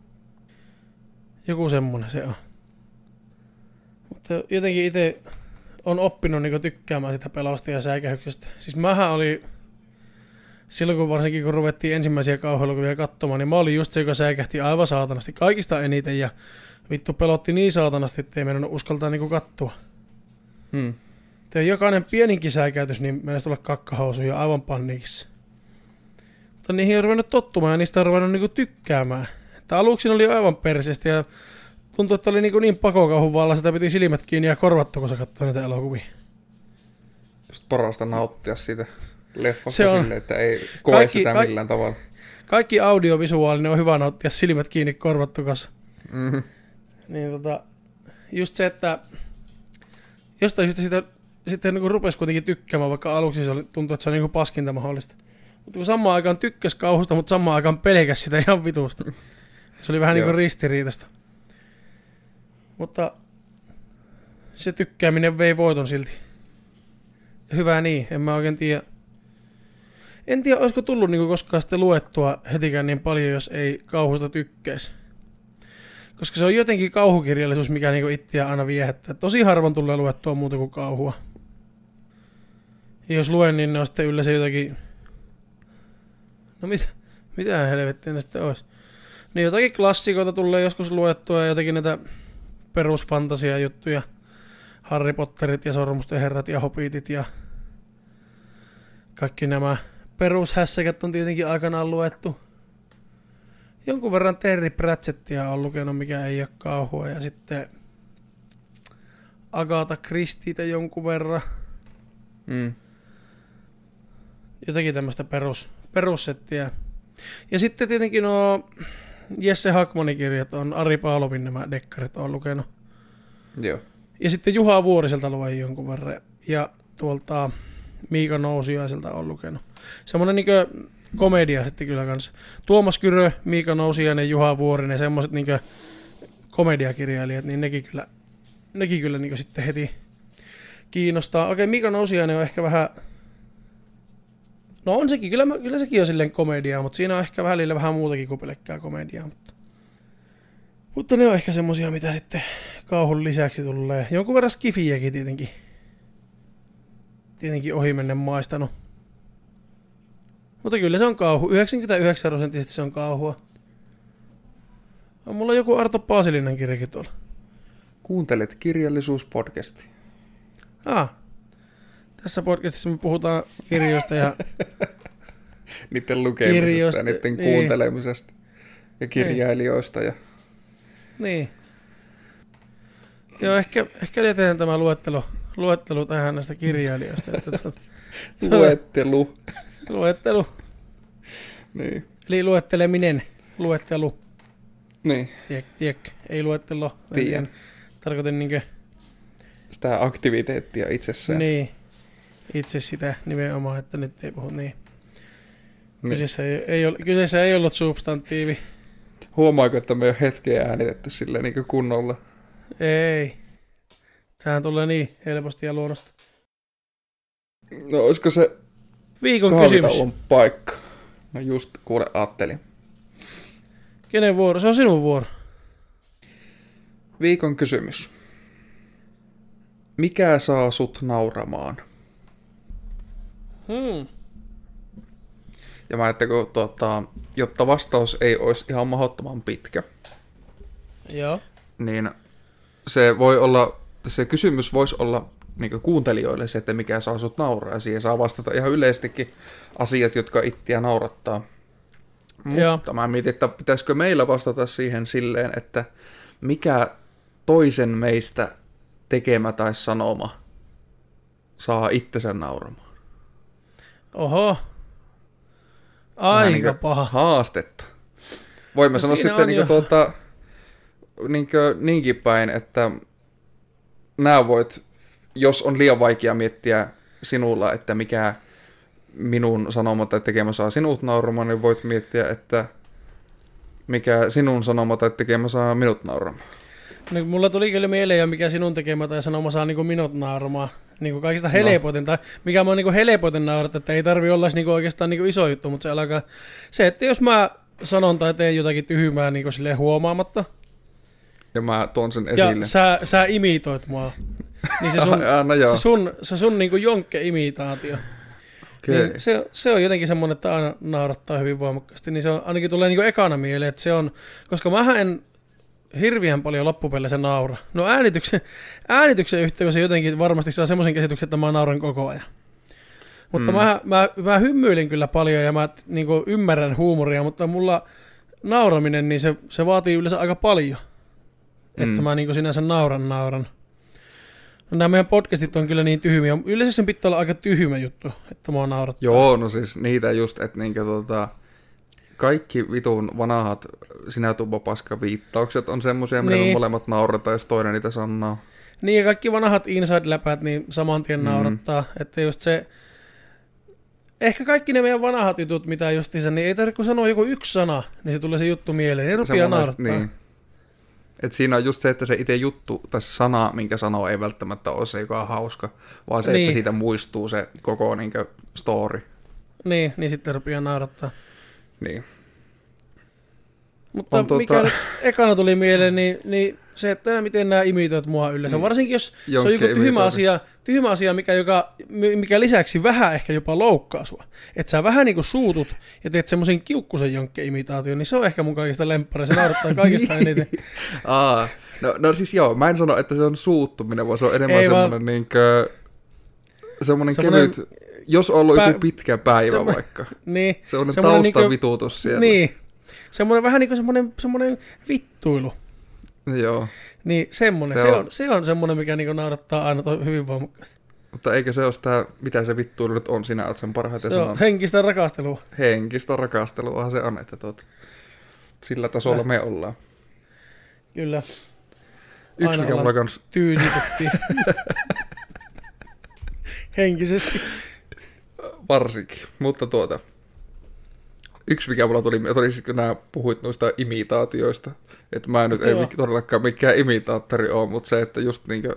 se on. Mutta jotenkin itse on oppinut niin tykkäämään sitä pelosta ja säikähyksestä. Siis mähän oli, silloin kun ruvettiin ensimmäisiä kauhuelokuvia katsomaan, niin mä olin just se, joka säikähti aivan saatanasti kaikista eniten ja vittu pelotti niin saatanasti, ettei meidän uskaltaa niin katsoa. Jokainen pieninkin säikäytys, niin mennäisi tulla kakkahousuja aivan paniikissa. Mutta niihin on ruvennut tottumaan ja niistä on ruvennut niin tykkäämään. Että aluksi oli aivan perseestä ja tuntui, että oli niin pakokauhun vallassa, että piti silmät kiinni ja korvattu, kun sä katsoi niitä elokuvia. Just parasta nauttia siitä leffasta silleen, että ei koe sitä millään tavalla. Kaikki audiovisuaalinen on hyvä nauttia silmät kiinni korvattukas. Niin just se, että jostain syystä sitten niin rupesi kuitenkin tykkäämään, vaikka aluksi tuntui, että se on niin paskinta mahdollista. Mutta kun samaan aikaan tykkäsi kauhusta, mutta samaan aikaan pelkäsi sitä ihan vitusta. Se oli vähän niin kuin ristiriitasta. Mutta se tykkääminen vei voiton silti. Hyvä niin, en mä oikein tiedä. En tiedä, olisiko tullut niin koskaan sitten luettua hetikään niin paljon, jos ei kauhusta tykkäisi. Koska se on jotenkin kauhukirjallisuus, mikä niin itseä aina viehättää. Tosi harvoin tulee luettua muuta kuin kauhua. Ja jos luen, niin ne on sitten yleensä jotakin... No mitä helvettiä ne sitten olisi? Niin jotakin klassikoita tulee joskus luettua ja jotakin näitä perusfantasia-juttuja. Harry Potterit ja Sormusten herrat ja Hobbitit ja kaikki nämä perushässäkät on tietenkin aikanaan luettu. Jonkun verran Terry Pratchettia on lukenut, mikä ei ole kauhua, ja sitten Agatha Christietä jonkun verran. Jotakin tämmöistä perussettiä. Ja sitten tietenkin nuo Jesse Hackmanin kirjat on Ari Paalovin nämä dekkarit on lukenut. Joo. Ja sitten Juha Vuoriselta luen jonkun verran. Ja tuolta Miika Nousiaiselta on lukenut. Semmoinen niinkö komedia sitten kyllä kanssa. Tuomas Kyrö, Miika Nousiainen, Juha Vuorinen, semmoiset niinkö komediakirjailijat, niin nekin kyllä niinkö sitten heti kiinnostaa. Okei, Miika Nousiainen on ehkä vähän... No on sekin, kyllä sekin on silleen komediaa, mutta siinä on ehkä välillä vähän muutakin kuin pelkkää komediaa. Mutta ne on ehkä semmosia, mitä sitten kauhun lisäksi tulee. Jonkun verran skifiäkin tietenkin ohimennen maistanut. Mutta kyllä se on kauhu. 99% se on kauhua. On mulla joku Arto Paasilinen kirjakin tuolla. Kuuntelet kirjallisuuspodcastia. Tässä podcastissa me puhutaan kirjoista ja... niiden lukemisesta ja niiden kuuntelemisesta. Ja kirjailijoista. Ja... Niin. Joo, ehkä jätetään tämä luettelu tähän näistä kirjailijoista. Luettelu. Niin. Eli luetteleminen. Luettelu. Niin. Tiek. Ei luettelo. Tiedän. Tarkoitin niinkö... Sitä aktiviteettia itsessään. Niin. Itse sitä nimenomaan, että nyt ei puhu niin. Kyseessä ei ollut substantiivi. Huomaako, että me ei ole hetkeä äänitetty silleen niin kunnolla? Ei. Tähän tulee niin helposti ja luonnosta. No olisiko se viikon kysymys paikka? No just kuule ajattelin. Kenen vuoro? Se on sinun vuoro. Viikon kysymys. Mikä saa sut nauramaan? Ja mä ajattelin, jotta vastaus ei olisi ihan mahdottoman pitkä. Joo. Niin se kysymys voisi olla niin kuuntelijoille se, että mikä saa sut nauraa. Ja siihen saa vastata ihan yleistikin asiat, jotka itseä naurattaa. Mutta mä mietin, että pitäisikö meillä vastata siihen silleen, että mikä toisen meistä tekemä tai sanoma saa itsensä nauramaan. Oho. Aika paha. Haastetta. Voimme sanoa sitten niinkin päin, että nää voit, jos on liian vaikea miettiä sinulla, että mikä minun sanoma tai tekemä saa sinut nauramaan, niin voit miettiä, että mikä sinun sanoma tai tekemä saa minut nauramaan. No, mulla tuli kyllä mieleen, mikä sinun tekemä tai sanoma saa niin minut nauramaan. Niin kaikista helpoiten, tai mikä mä oon niin helpoiten naurattaa, että ei tarvi olla niin oikeastaan niin iso juttu, mutta se, että jos mä sanon tai teen jotakin tyhmää niin silleen huomaamatta, ja mä tuon sen esille. Ja sä imitoit mua, niin se sun niin jonkke-imitaatio, niin se on jotenkin semmoinen, että aina naurattaa hyvin voimakkaasti, niin se on, ainakin tulee niin ekana mieleen, että se on, koska mähän en hirveän paljon loppupeleissä naura. No äänityksen yhteydessä jotenkin varmasti saa semmoisen käsityksen, että mä nauran koko ajan. Mutta mä hymyilin kyllä paljon ja mä niinku ymmärrän huumoria, mutta mulla nauraminen, niin se vaatii yleensä aika paljon. Että mä niinku sinänsä nauran. No nämä meidän podcastit on kyllä niin tyhmiä. Yleensä sen pitää olla aika tyhmä juttu, että mua naurattaa. Joo, no siis niitä just, että niinku kaikki vitun vanhat sinä tuppa paska viittaukset on semmosia, mitä me molemmat naurataan, jos toinen niitä sanoo. Niin ja kaikki vanhat inside-läpät niin saman tien naurattaa, että just se, ehkä kaikki ne meidän vanhat jutut, mitä justiinsa, niin ei tarvitse kun sanoa joku yksi sana, niin se tulee se juttu mieleen, niin rupeaa naurattaa. Niin. Et siinä on just se, että se itse juttu, tai se sana, minkä sanoo, ei välttämättä ole se, joka on hauska, vaan se, että siitä muistuu se koko niinkö story. Niin sitten rupeaa naurattaa. Niin. Mutta mikä nyt ekana tuli mieleen, niin se, että miten nämä imitoit mua yleensä. Niin. Varsinkin jos se on joku tyhmä asia mikä lisäksi vähän ehkä jopa loukkaa sua. Että sä vähän niinku suutut ja teet semmoisen kiukkusen jonkke-imitaation, niin se on ehkä mun kaikista lemppari. Se naurattaa kaikista eniten. No siis joo, mä en sano, että se on suuttuminen, vaan se on enemmän semmoinen kevyt, jos on ollut joku pitkä päivä vaikka. Niin. Semmoinen taustavituutus siellä. Niin. Semmoinen vähän niin kuin semmoinen vittuilu. Joo. Niin semmoinen, se on semmoinen, mikä niinku naurattaa aina hyvin voimakkaasti. Mutta eikö se ole sitä, mitä se vittuilu nyt on, sinä olet sen parhaiten sanonut. Se on henkistä rakastelua. Henkistä rakasteluahan se on, että sillä tasolla me ollaan. Kyllä. Yksi mikä mulla kans tyynytettiin. Henkisesti. Varsinkin, mutta yksi mikä mulla tuli kun nämä puhuit noista imitaatioista, että mä nyt ei todellakaan mikään imitaattori ole, mutta se, että just niinkö,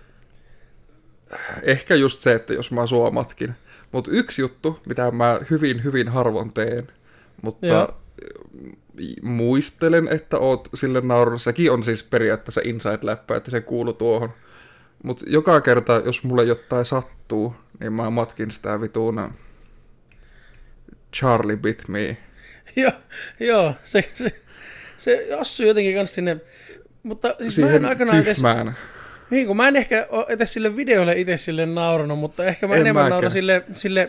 ehkä just se, että jos mä suomatkin, mutta yksi juttu, mitä mä hyvin, hyvin harvoin teen, mutta muistelen, että oot sille naurannut, sekin on siis periaatteessa inside-läppä, että se kuuluu tuohon, mutta joka kerta, jos mulle jotain sattuu, niin mä matkin sitä vituuna Charlie Bit Me. Joo, se assui jotenkin kanssa sinne, mutta siis siihen mä en aikanaan tyhmään. Niin, kun mä en ehkä ole edes sille videolle itse sille nauranut, mutta ehkä mä enemmän nauran sille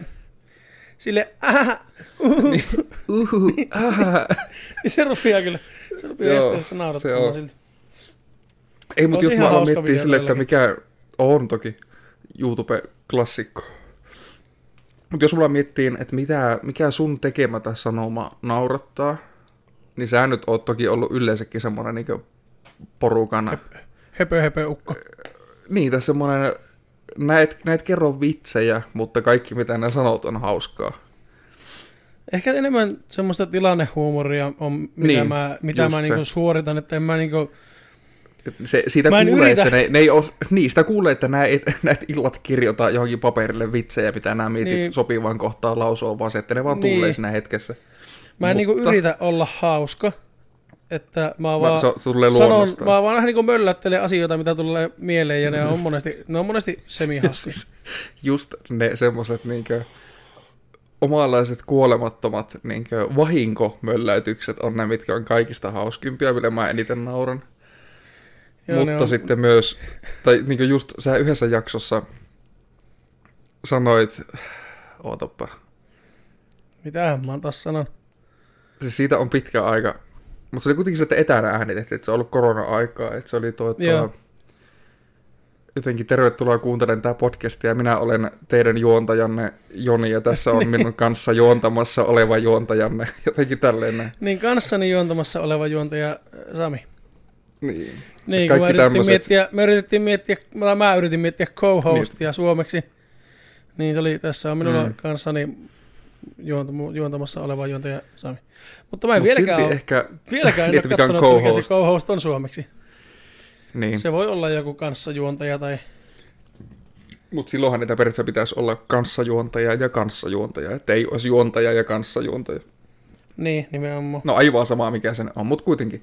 niin se rupeaa estää sitä naurattamaan silti. Ei, mutta jos mä alan miettiä sille, että mikä on toki YouTube-klassikko. Mutta jos mulla miettii, että mikä sun tekemä tai sanoma naurattaa, niin sä nyt oot toki ollut yleensäkin semmoinen niinku porukana. Höpö ukko. Niin, tässä semmoinen, näet kerro vitsejä, mutta kaikki mitä ne sanot on hauskaa. Ehkä enemmän semmoista tilannehuumoria on, mitä mä niinku suoritan, että en mä niinku... Siitä kuulee, että ne ei ole, niin, sitä kuulee, että näet illat kirjoita johonkin paperille vitsejä, mitä nämä mietit sopivaan kohtaan lausua, vaan se, että ne vaan tulee siinä hetkessä. Mä en niinku yritä olla hauska, että mä vaan mä vaan vähän niinku möllättelen asioita, mitä tulee mieleen, ja ne on monesti semihassia. Just ne semmoiset niinkö omanlaiset kuolemattomat niinkö vahinkomölläytykset on ne, mitkä on kaikista hauskimpia, millä mä eniten nauran. Joo, mutta sitten myös, tai niinku just sä yhdessä jaksossa sanoit, ootappa. Mitähän mä oon taas sanonut? Siis siitä on pitkä aika, mutta se oli kuitenkin se, että etänä äänitettiin, että se on ollut korona-aikaa, että se oli jotenkin tervetuloa kuuntelemaan tämä podcastia, ja minä olen teidän juontajanne Joni, ja tässä on minun kanssa juontamassa oleva juontajanne, jotenkin tälleen. Niin, kanssani juontamassa oleva juontaja Sami. Niin, kun mä yritin miettiä co-hostia suomeksi, niin se oli, tässä on minulla kanssani juontamassa oleva juontaja Sami. Mutta mä en vieläkään ole katsonut, mikä se co-host on suomeksi. Niin. Se voi olla joku kanssajuontaja tai... Mutta silloinhan niitä periaatteessa pitäisi olla kanssajuontaja ja kanssajuontaja, että ei olisi juontaja ja kanssajuontaja. Niin, nimenomaan. No aivan sama mikä sen on, mutta kuitenkin.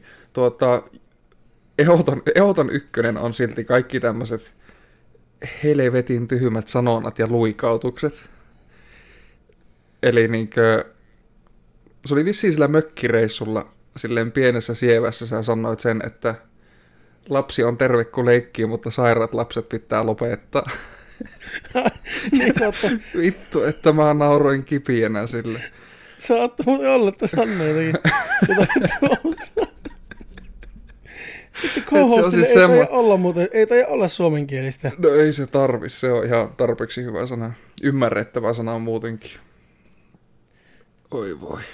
Ehdoton ykkönen on silti kaikki tämmöiset helvetin tyhmät sanonnat ja luikautukset. Eli niinkö, se oli vissiin sillä mökkireissulla, silleen pienessä sievässä sä sanoit sen, että lapsi on terve kun leikkii, mutta sairaat lapset pitää lopettaa. Niin, vittu, että mä nauroin kipienä sille. Saattaa muuten olla, että Sanna jotenkin co-hostille ei taida olla suomenkielistä. No ei se tarvi, se on ihan tarpeeksi hyvä sana. Ymmärrettävä sana muutenkin. Oi voi.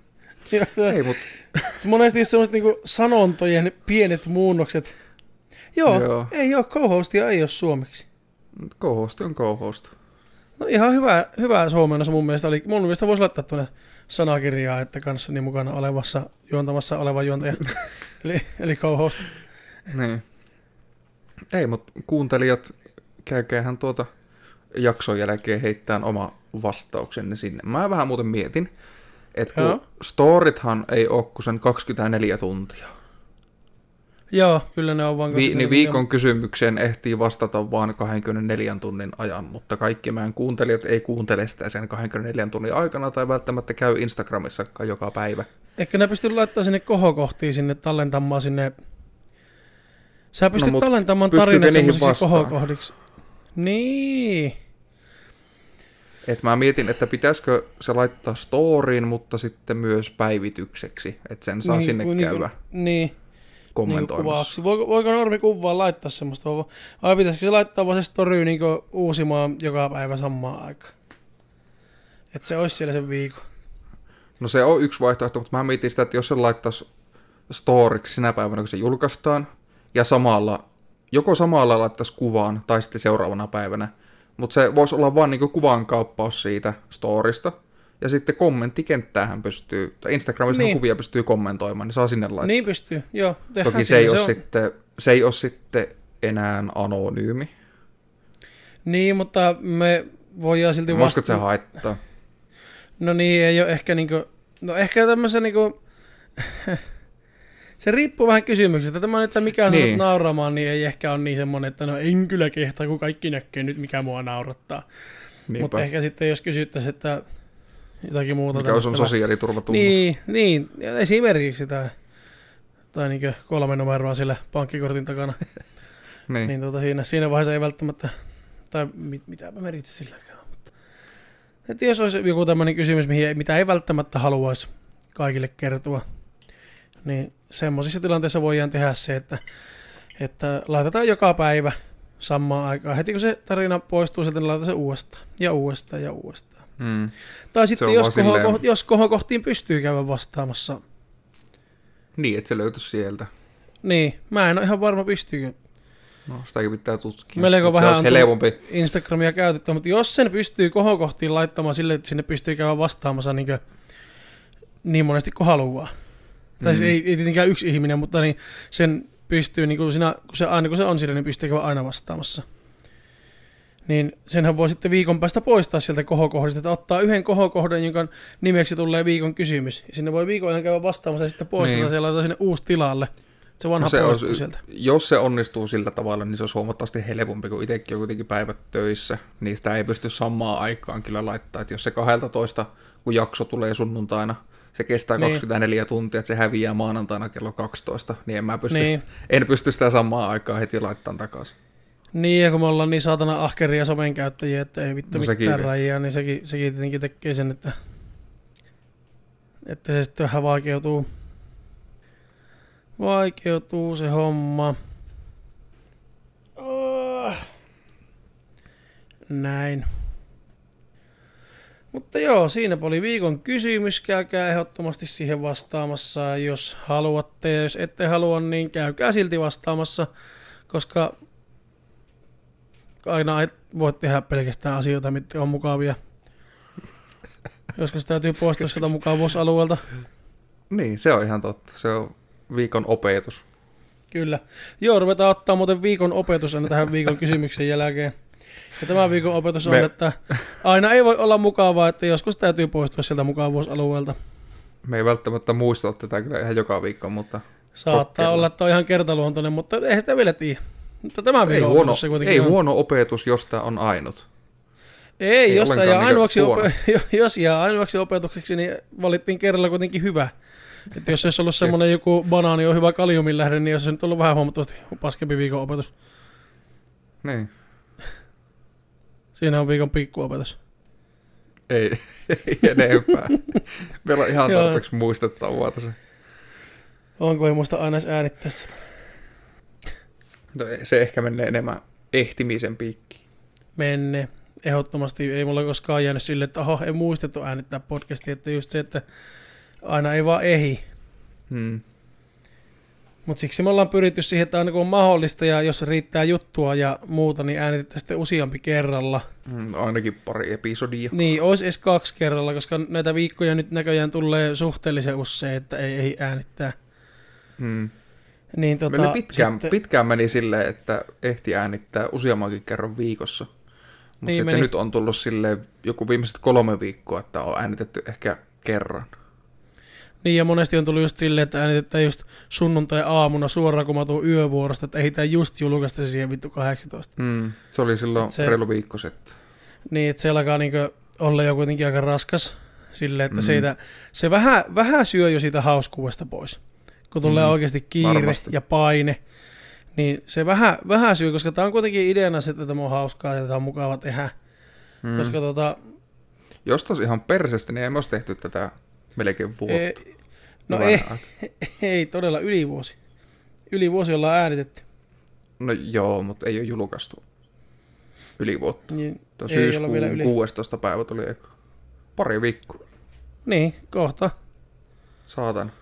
Ei, mutta... Monesti just semmoiset niinku sanontojen pienet muunnokset, Joo. Ei ole co-hostia, ei ole suomeksi. Co-host on co-host. No ihan hyvä suomennos mun mielestä oli. Mun mielestä voisi laittaa tuonne sanakirjaa, että kanssani mukana juontamassa oleva juontaja. eli co-host. Niin. Ei, mutta kuuntelijat, käykäähän jakson jälkeen heittämään oma vastauksenne sinne. Mä vähän muuten mietin, että kun storithan ei ole kuin sen 24 tuntia. Joo, kyllä ne on vaan niin viikon kysymykseen ehtii vastata vaan 24 tunnin ajan, mutta kaikki meidän kuuntelijat ei kuuntele sitä sen 24 tunnin aikana tai välttämättä käy Instagramissakaan joka päivä. Ehkä ne pystyy laittamaan sinne kohokohtiin sinne tallentamaan sinne. Sä pystyt tallentamaan tarinat semmoisiksi kohokohdiksi. Niin. Et mä mietin, että pitäisikö se laittaa storyin, mutta sitten myös päivitykseksi, että sen saa sinne käydä. Niin. Kommentoimassa. Voiko normikuvaan laittaa semmoista? Vai pitäisikö se laittaa vaan se story niin uusimaan joka päivä samaan aikaan? Että se olisi siellä sen viikon. No se on yksi vaihtoehto, mutta mä mietin sitä, että jos se laittaisi storiksi sinä päivänä, kun se julkaistaan, ja joko samalla laittaisi kuvaan, tai sitten seuraavana päivänä, mutta se voisi olla vaan niin kuvan kauppaus siitä storista, ja sitten kommenttikenttäähän pystyy, tai Instagramissa kuvia pystyy kommentoimaan, niin saa sinne laittaa. Niin pystyy, joo. Toki se ei ole sitten enää anonyymi. Niin, mutta me voidaan silti vastata. Voisiko se haittaa? No niin, ei ole ehkä niinku, no ehkä tämmöisen niinku, se riippuu vähän kysymyksestä. Tämä, että mikä on niin nauramaan, niin ei ehkä ole niin semmoinen, että no en kyllä kehtaa, kun kaikki näkee nyt, mikä mua naurattaa. Mutta ehkä sitten, jos kysyttäisiin, että jotakin muuta. Mikä on sun sosiaaliturvatunnus? Niin, esimerkiksi tai niin 3 numeroa sillä pankkikortin takana. niin siinä vaiheessa ei välttämättä, tai mitäpä merkitse silläkään. Että jos olisi joku tämmöinen kysymys, mitä ei välttämättä haluaisi kaikille kertoa, niin semmoisissa tilanteissa voidaan tehdä se, että laitetaan joka päivä samaan aikaan. Heti kun se tarina poistuu, sieltä niin laitetaan se uudestaan ja uudestaan ja uudestaan. Tai sitten jos kohokohtiin pystyy käydä vastaamassa. Niin, että se löytyisi sieltä. Niin, mä en ole ihan varma pystyykö. No, sitäkin pitää tutkia. Melko vähän on Instagramia käytetty, mutta jos sen pystyy kohokohtiin laittamaan sille, että sinne pystyy käydä vastaamassa niin monesti kuin haluaa. Tai siis ei tietenkään yksi ihminen, mutta niin sen pystyy, niin kun se on sille, niin pystyy käydä aina vastaamassa. Niin senhän voi sitten viikon päästä poistaa sieltä kohokohdista, että ottaa yhden kohokohdan, jonka nimeksi tulee viikon kysymys. Ja sinne voi viikon ajan käydä vastaamassa ja sitten poistaa ja laittaa sinne uusi tilalle. Se vanha poistuu sieltä. Jos se onnistuu sillä tavalla, niin se olisi huomattavasti helpompi, kun itsekin on kuitenkin päivät töissä. Niin sitä ei pysty samaan aikaan kyllä laittaa. Että jos se 12, kun jakso tulee sunnuntaina, se kestää 24 tuntia, että se häviää maanantaina kello 12, niin en pysty sitä samaan aikaan heti laittamaan takaisin. Niin, ja kun me ollaan niin saatana ahkeria somen käyttäjiä, että ei vittu mitään rajaa, niin sekin tietenkin tekee sen, että se sitten vähän vaikeutuu se homma. Näin. Mutta joo, siinä oli viikon kysymys. Käykää ehdottomasti siihen vastaamassa, jos haluatte. Ja jos ette halua, niin käykää silti vastaamassa, koska aina ei voi tehdä pelkästään asioita, mitkä on mukavia. Joskus täytyy poistua sieltä mukavuusalueelta. Niin, se on ihan totta. Se on viikon opetus. Kyllä. Joo, ruvetaan ottaa muuten viikon opetus aina tähän viikon kysymyksen jälkeen. Ja tämä viikon opetus on, että aina ei voi olla mukavaa, että joskus täytyy poistua sieltä mukavuusalueelta. Me ei välttämättä muista tätä kyllä ihan joka viikko, mutta saattaa olla, että on ihan kertaluontoinen, mutta ei sitä vielä tiedä. Mutta tämä viikon opetus se kuitenkin ei on huono opetus, jos tämä on ainut. Ei jos tämä jää ainoaksi opetukseksi, niin valittiin kerralla kuitenkin hyvä. Että jos olisi ollut semmoinen joku banaani on hyvä kaliumin lähde, niin olisi nyt ollut vähän huomattavasti paskempi viikon opetus. Niin. Siinä on viikon pikkuopetus. Ei enempää. Meillä on ihan tarpeeksi muistettavaa tässä. Onko ei muista aina edes äänittää sitä? No, se ehkä menee enemmän ehtimisen piikkiin. Menne. Ehdottomasti ei mulla koskaan jäänyt sille, että ei muistettu äänittää podcastia, että just se, että aina ei vaan ehdi. Mutta siksi me ollaan pyritty siihen, että aina kun on mahdollista ja jos riittää juttua ja muuta, niin äänitetään sitten useampi kerralla. Ainakin pari episodia. Niin, olisi edes 2 kerralla, koska näitä viikkoja nyt näköjään tulee suhteellisen usein, että ei äänittää. Niin, meillä pitkään meni silleen, että ehti äänittää useammankin kerran viikossa. Mutta niin sitten nyt on tullut silleen joku viimeiset 3 viikkoa, että on äänitetty ehkä kerran. Niin, ja monesti on tullut just silleen, että äänitetään just sunnuntai-aamuna suoraan, kun mä tuun yövuorosta, että ehditään just julkaista se siihen vittu 18. Se oli silloin reilu viikko sitten. Niin, että se alkaa niinku olla jo kuitenkin aika raskas silleen, että se vähän syö jo siitä hauskuudesta pois. Kun tulee oikeasti kiire varmasti. Ja paine, niin se vähän syy, koska tämä on kuitenkin ideana se, että tämä on hauskaa ja tämä on mukava tehdä. Koska jos tos ihan persestä, niin ei me olisi tehty tätä melkein vuotta. Ei todella yli vuosi. Yli vuosi ollaan äänitetty. No joo, mutta ei ole julkaistu yli vuotta. Niin, syyskuun 16. päivä tuli eka. Pari viikkoa. Niin, kohta. Saatan.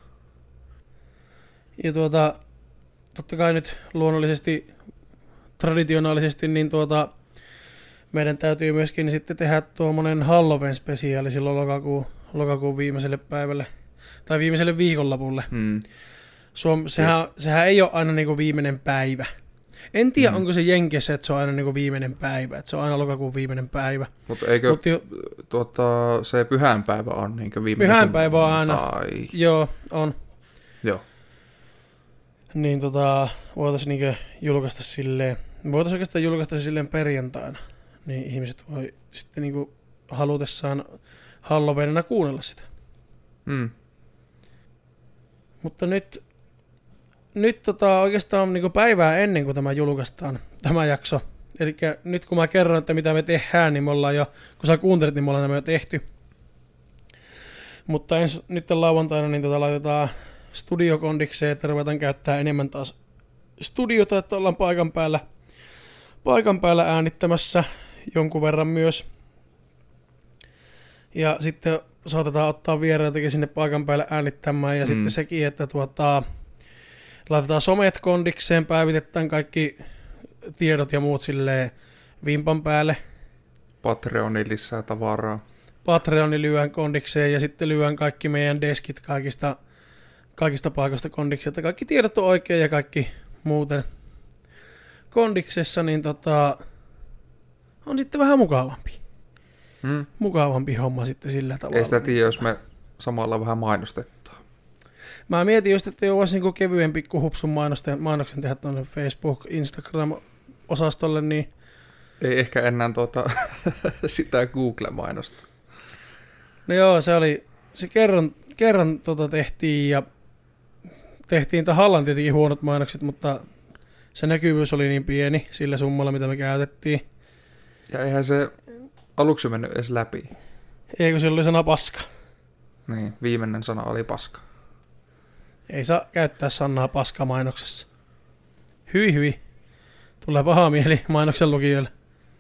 Ja totta kai nyt luonnollisesti, traditionaalisesti, niin meidän täytyy myöskin sitten tehdä tuommoinen Halloween-spesiaali silloin lokakuun viimeiselle päivälle, tai viimeiselle viikonlopulle. Sehän ei ole aina niinku viimeinen päivä. En tiedä, onko se Jenkeissä, että se on aina niinku viimeinen päivä, että se on aina lokakuun viimeinen päivä. Mutta eikö se pyhänpäivä on niinku viimeinen? Pyhänpäivä on aina. Joo, on. Joo. Niin voitaisiin niinku julkaista silleen. Voitaisiin oikeastaan julkaista silleen perjantaina. Niin ihmiset voi sitten niinku halutessaan Halloweenina kuunnella sitä. Mutta nyt oikeastaan niinku päivää ennen kuin tämä julkaistaan, tämä jakso. Eli nyt kun mä kerron, että mitä me tehdään, niin me ollaan jo, kun sä kuuntelit, niin me ollaan tämä jo tehty. Mutta nyt lauantaina niin laitetaan studiokondikseen, että ruvetaan käyttää enemmän taas studiota, että ollaan paikan päällä äänittämässä jonkun verran myös. Ja sitten saatetaan ottaa vieraitakin sinne paikan päälle äänittämään. Ja sitten sekin, että laitetaan somet kondikseen, päivitetään kaikki tiedot ja muut silleen vimpan päälle. Patreoni lisää tavaraa. Patreoni lyön kondikseen ja sitten lyön kaikki meidän deskit kaikista paikoista kondikseen. Että kaikki tiedot on oikein ja kaikki muuten kondiksessa, niin on sitten vähän mukavampi. Mukavampi homma sitten sillä tavalla. Ei sitä tiedä, jos me samalla vähän mainostettaan. Mä mietin just, että olisi niinku kevyen pikku hupsun mainoksen tehdä tuonne Facebook, Instagram-osastolle, niin... Ei ehkä enää sitä Google-mainosta. No joo, se kerran tehtiin ja tehtiin Hallan tietenkin huonot mainokset, mutta se näkyvyys oli niin pieni sillä summalla, mitä me käytettiin. Ja eihän se aluksi mennyt edes läpi. Eikö se oli sana paska? Niin, viimeinen sana oli paska. Ei saa käyttää sanaa paska mainoksessa. Hyi. Tulee paha mieli mainoksen lukijoille.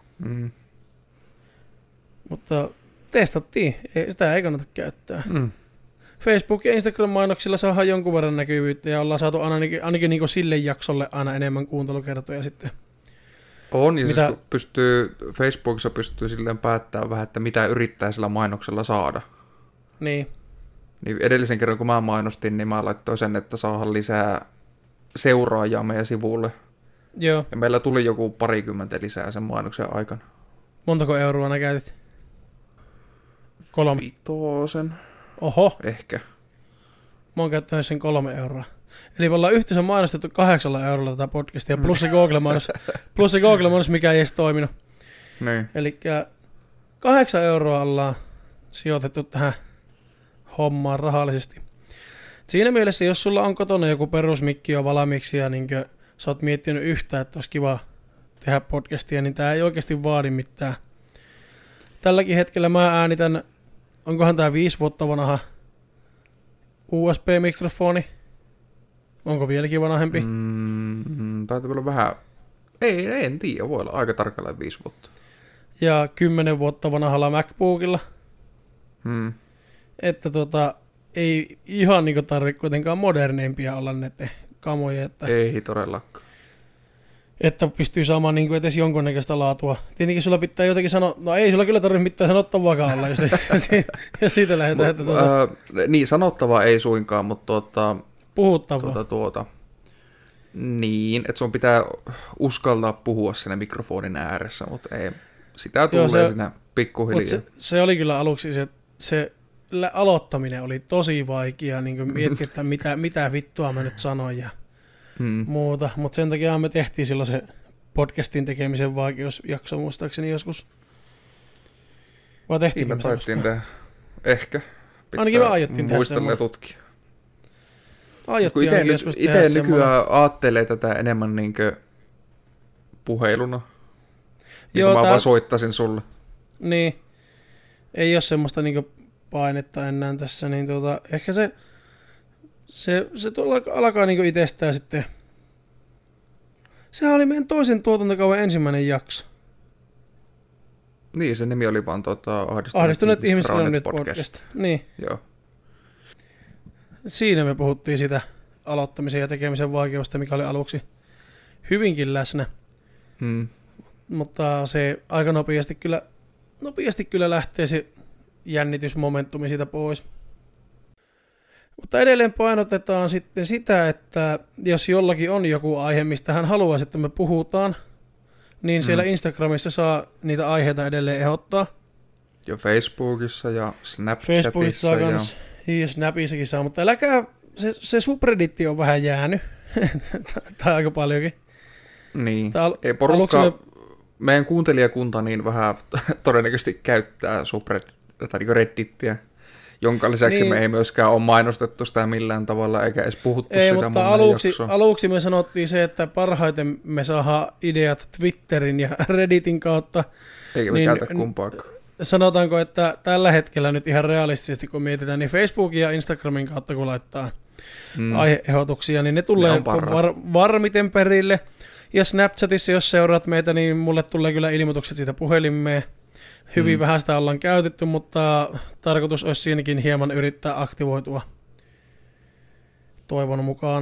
Mutta testattiin. Sitä ei kannata käyttää. Facebook- ja Instagram-mainoksilla saadaan jonkun verran näkyvyyttä ja ollaan saatu ainakin niin sille jaksolle aina enemmän kuuntelukertoja sitten. On, ja siis Facebookissa pystyy silleen päättämään vähän, että mitä yrittää sillä mainoksella saada. Niin edellisen kerran, kun mä mainostin, niin mä laittoin sen, että saadaan lisää seuraajia meidän sivulle. Joo. Ja meillä tuli joku 20 lisää sen mainoksen aikana. Montako euroa nää käytit? 3. 5. Oho. Ehkä. Mä oon käyttänyt sen 3 euroa. Eli me ollaan yhteensä mainostettu 8 eurolla tätä podcastia, plus se Google-mainos, mikä ei edes toiminut. Niin. Eli 8 euroa ollaan sijoitettu tähän hommaan rahallisesti. Siinä mielessä, jos sulla on kotona joku perusmikki jo valmiiksi ja niin sä oot miettinyt yhtään, että olisi kiva tehdä podcastia, niin tää ei oikeasti vaadi mitään. Tälläkin hetkellä mä äänitän, onkohan tää 5 vuotta vanha USB-mikrofoni. Onko vieläkin vanhempi? Taitaa olla vähän... Ei, en tiedä. Voi olla aika tarkalleen 5 vuotta. Ja 10 vuotta vanhalla MacBookilla. Että ei ihan niinku tarvitse kuitenkaan moderneimpia olla näiden kamoja, että ei todellakaan. Että pystyy saamaan niin kuin edes jonkunnäköistä laatua. Tietenkin sulla pitää jotenkin sanoa, no ei sulla kyllä tarvitse mitään sanottavaakaan olla, jos siitä lähdetään. Että niin, sanottavaa ei suinkaan, mutta puhuttavaa. Niin, että sun pitää uskaltaa puhua siinä mikrofonin ääressä, mutta ei, sitä tulee siinä pikkuhiljaa. Se oli kyllä aluksi, se aloittaminen oli tosi vaikea niin miettiä, että mitä vittua mä nyt sanoin ja muuta, mutta sen takia me tehtiin silloin se podcastin tekemisen vaikeusjakso muistaakseni joskus. Vai tehtiinkö me se joskus? Ehkä. Ainakin me aiottiin tehdä muistella ja tutkia. Itse nykyään aattelee tätä enemmän niinkö puheluna. Niin mä vaan soittaisin sulle. Niin. Ei ole semmoista niinkö painetta enää tässä, niin ehkä se alkaa niinku itsestään sitten. Sehän oli meidän toisen tuotantokauden ensimmäinen jakso. Niin, se nimi oli vaan Ahdistuneet ihmisrannit podcast. Niin. Joo. Siinä me puhuttiin sitä aloittamisen ja tekemisen vaikeudesta, mikä oli aluksi hyvinkin läsnä. Mutta se aika nopeasti kyllä lähtee se jännitysmomentumi siitä pois. Mutta edelleen painotetaan sitten sitä, että jos jollakin on joku aihe, mistä hän haluaisi, että me puhutaan, niin siellä Instagramissa saa niitä aiheita edelleen ehdottaa. Ja Facebookissa ja Snapchatissa. Facebookissa saa kans, ja Snapissakin saa, mutta äläkää, se subredditti on vähän jäänyt, tai aika paljonkin. Niin, ei porukka, meidän kuuntelijakunta niin vähän todennäköisesti käyttää Reddittiä, jonka lisäksi me ei myöskään ole mainostettu sitä millään tavalla, eikä edes puhuttu sitä mutta aluksi me sanottiin se, että parhaiten me saadaan ideat Twitterin ja Redditin kautta. Eikä me käytä kumpaakaan. Sanotaanko, että tällä hetkellä nyt ihan realistisesti, kun mietitään, niin Facebookin ja Instagramin kautta, kun laittaa aihe-ehdotuksia, niin ne tulee varmiten perille. Ja Snapchatissa, jos seuraat meitä, niin mulle tulee kyllä ilmoitukset siitä puhelimeen. Hyvin vähän sitä ollaan käytetty, mutta tarkoitus olisi siinäkin hieman yrittää aktivoitua toivon mukaan.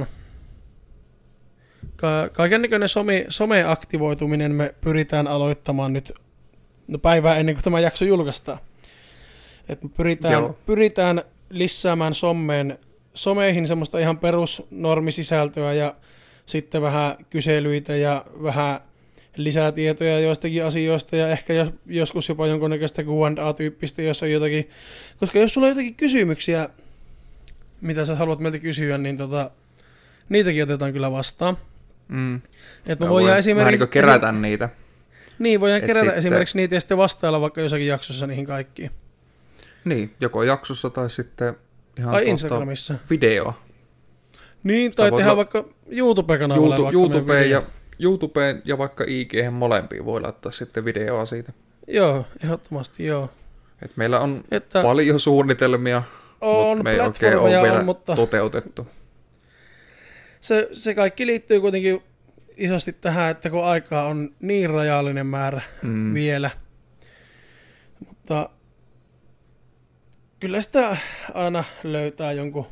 Kaikennäköinen some-aktivoituminen me pyritään aloittamaan nyt päivää ennen kuin tämä jakso julkaistaan. Et me pyritään lisäämään someihin semmoista ihan perusnormisisältöä ja sitten vähän kyselyitä ja vähän lisätietoja joistakin asioista ja ehkä joskus jopa jonkunnäköistä Q&A-tyyppistä, jos on jotakin. Koska jos sulla on jotakin kysymyksiä, mitä sä haluat meiltä kysyä, niin niitäkin otetaan kyllä vastaan. Et me voidaan vähän niin kuin kerätä niitä. Niin, voidaan kerätä sitten esimerkiksi niitä ja sitten vastailla vaikka jossakin jaksossa niihin kaikkiin. Niin, joko jaksossa tai sitten ihan tai Instagramissa videoa. Niin, tai tehdään vaikka YouTube-kanavalle. YouTubeen ja vaikka IG:hen molempiin voi laittaa sitten videoa siitä. Joo, ehdottomasti joo. Et meillä on paljon suunnitelmia, mutta me ei oikein ole vielä toteutettu. Se kaikki liittyy kuitenkin isosti tähän, että kun aikaa on niin rajallinen määrä vielä. Mutta kyllä sitä aina löytää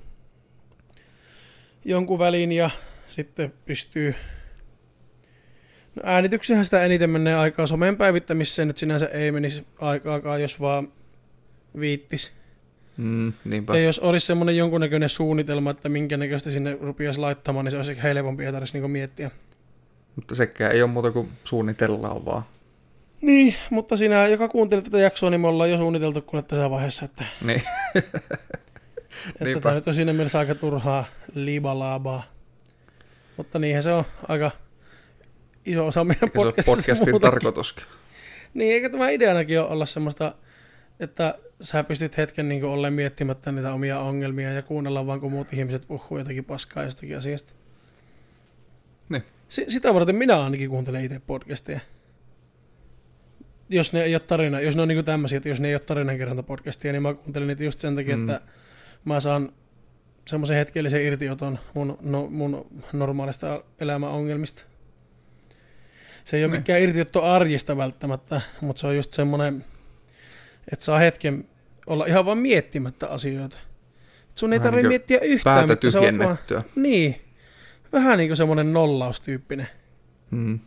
jonkun välin ja sitten pystyy. No äänityksihän sitä eniten menee aikaa somen päivittämiseen, nyt sinänsä ei menisi aikaakaan, jos vaan viittis. Niinpä. Ja jos olisi semmoinen jonkunnäköinen suunnitelma, että minkä näköistä sinne rupiaisi laittamaan, niin se olisi helpompi ja tarvitsisi niinku miettiä. Mutta sekään ei ole muuta kuin suunnitellaan vaan. Niin, mutta sinä, joka kuuntelit tätä jaksoa, niin me ollaan jo suunniteltu kuule tässä vaiheessa, että, niin. että tämä nyt on siinä mielessä aika turhaa liibalaabaa. Mutta niinhän se on aika iso osa meidän podcastin tarkoituskin. Niin, eikä tämä ideanakin ole olla semmoista, että sä pystyt hetken niin olleen miettimättä niitä omia ongelmia ja kuunnella vaan, kun muut ihmiset puhuu jotakin paskaa jostakin asiasta. Niin. Sitä varten minä ainakin kuuntelen itse podcasteja. Jos ne ei ole tarina, jos ne on niin tämmöisiä, että jos ne ei ole tarinankerrantapodcastia, niin mä kuuntelen niitä just sen takia, että mä saan semmoisen hetkellisen irtioton mun normaalista elämän ongelmista. Se ei ole mikään irtiotto arjesta välttämättä, mutta se on just semmoinen, että saa hetken olla ihan vaan miettimättä asioita. Sun ei tarvitse miettiä yhtään. Päätä tyhjennettyä. Niin. vähän niin kuin semmoinen nollaustyyppinen. Mm.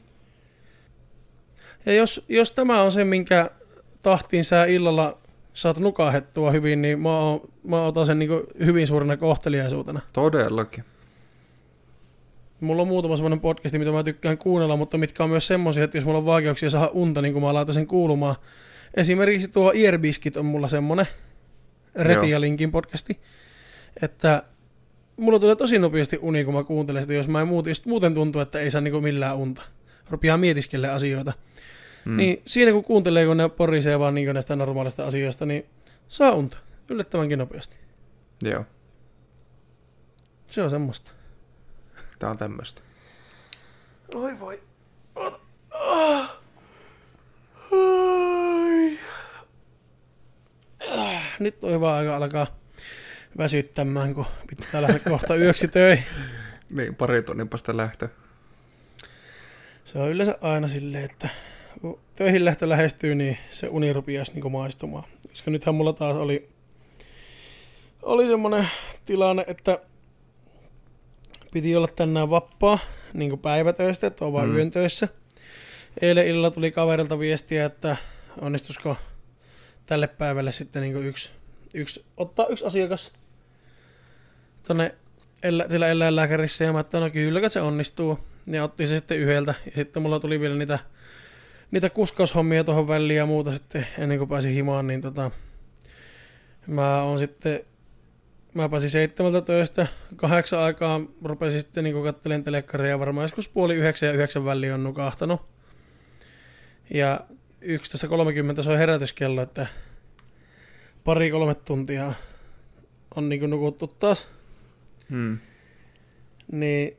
Ja jos tämä on se, minkä tahtiin sä illalla saat nukahettua hyvin, niin mä otan sen niin kuin hyvin suurena kohteliaisuutena. Todellakin. Mulla on muutama semmoinen podcasti, mitä mä tykkään kuunnella, mutta mitkä on myös semmoisia, että jos mulla on vaikeuksia saada unta, niin kun mä laitan sen kuulumaan. Esimerkiksi tuo Ear Biscuit on mulla semmoinen, Reti ja Linkin podcasti, että mulla tulee tosi nopeasti uni, kun mä kuuntelen sitä, jos mä en muuten tuntuu, että ei saa niinku millään unta. Rupeaa mietiskelemään asioita. Niin siinä kun kuuntelee, kun ne porisee vaan niinku näistä normaalista asioista, niin saa unta. Yllättävänkin nopeasti. Joo. Se on semmoista. Tää on tämmöstä. Oi voi. Nyt on hyvä aika alkaa väsyttämään, kun pitää lähteä kohta yöksi töihin. Niin, pari tunnin päästä lähtö. Se on yleensä aina silleen, että kun töihin lähtö lähestyy, niin se uni rupiaisi niin maistumaan. Koska nythän mulla taas oli semmoinen tilanne, että piti olla tänään vappaa niin kuin päivätöistä, että on vaan yön töissä. Eilen illalla tuli kaverilta viestiä, että onnistuisiko tälle päivälle sitten niin ottaa yksi asiakas tuonne sillä eläinlääkärissä, ja mä että no kyllä se onnistuu. Ja otti se sitten yhdeltä, ja sitten mulla tuli vielä niitä kuskaushommia tuohon väliin ja muuta sitten ennen kuin pääsin himaan, niin mä pääsin 7 töistä, 8 aikaa rupesin sitten niin katselemaan telekkaria, varmaan joskus 8:30 ja 9 väliin on nukahtanut. Ja 11.30 se on herätyskello, että 2-3 tuntia on niin nukuttu taas. Niin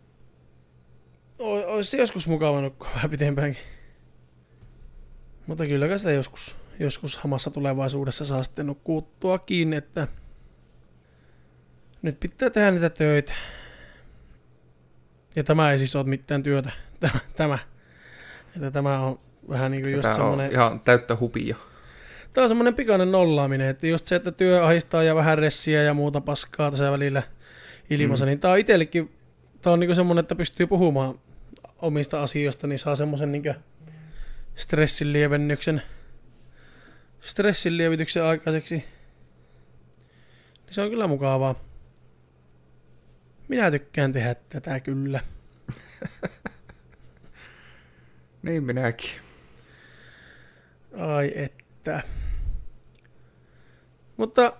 olisi joskus mukava nukkua vähän pitempäänkin. Mutta kylläkään sitä joskus hamassa tulevaisuudessa saa sitten nukkuttua kiinni, että nyt pitää tehdä niitä töitä. Ja tämä ei siis ole mitään työtä. Tämä on vähän niin kuin just semmoinen... ihan täyttä hupia. Tämä on semmoinen pikainen nollaaminen, että just se, että työ ahistaa ja vähän ressiä ja muuta paskaa tässä välillä ilmassa, niin tämä on itsellekin, tämä on niin kuin semmoinen, että pystyy puhumaan omista asioista, niin saa semmoisen niin kuin stressinlievityksen aikaiseksi. Niin se on kyllä mukavaa. Minä tykkään tehdä tätä kyllä. Niin minäkin. Ai että. Mutta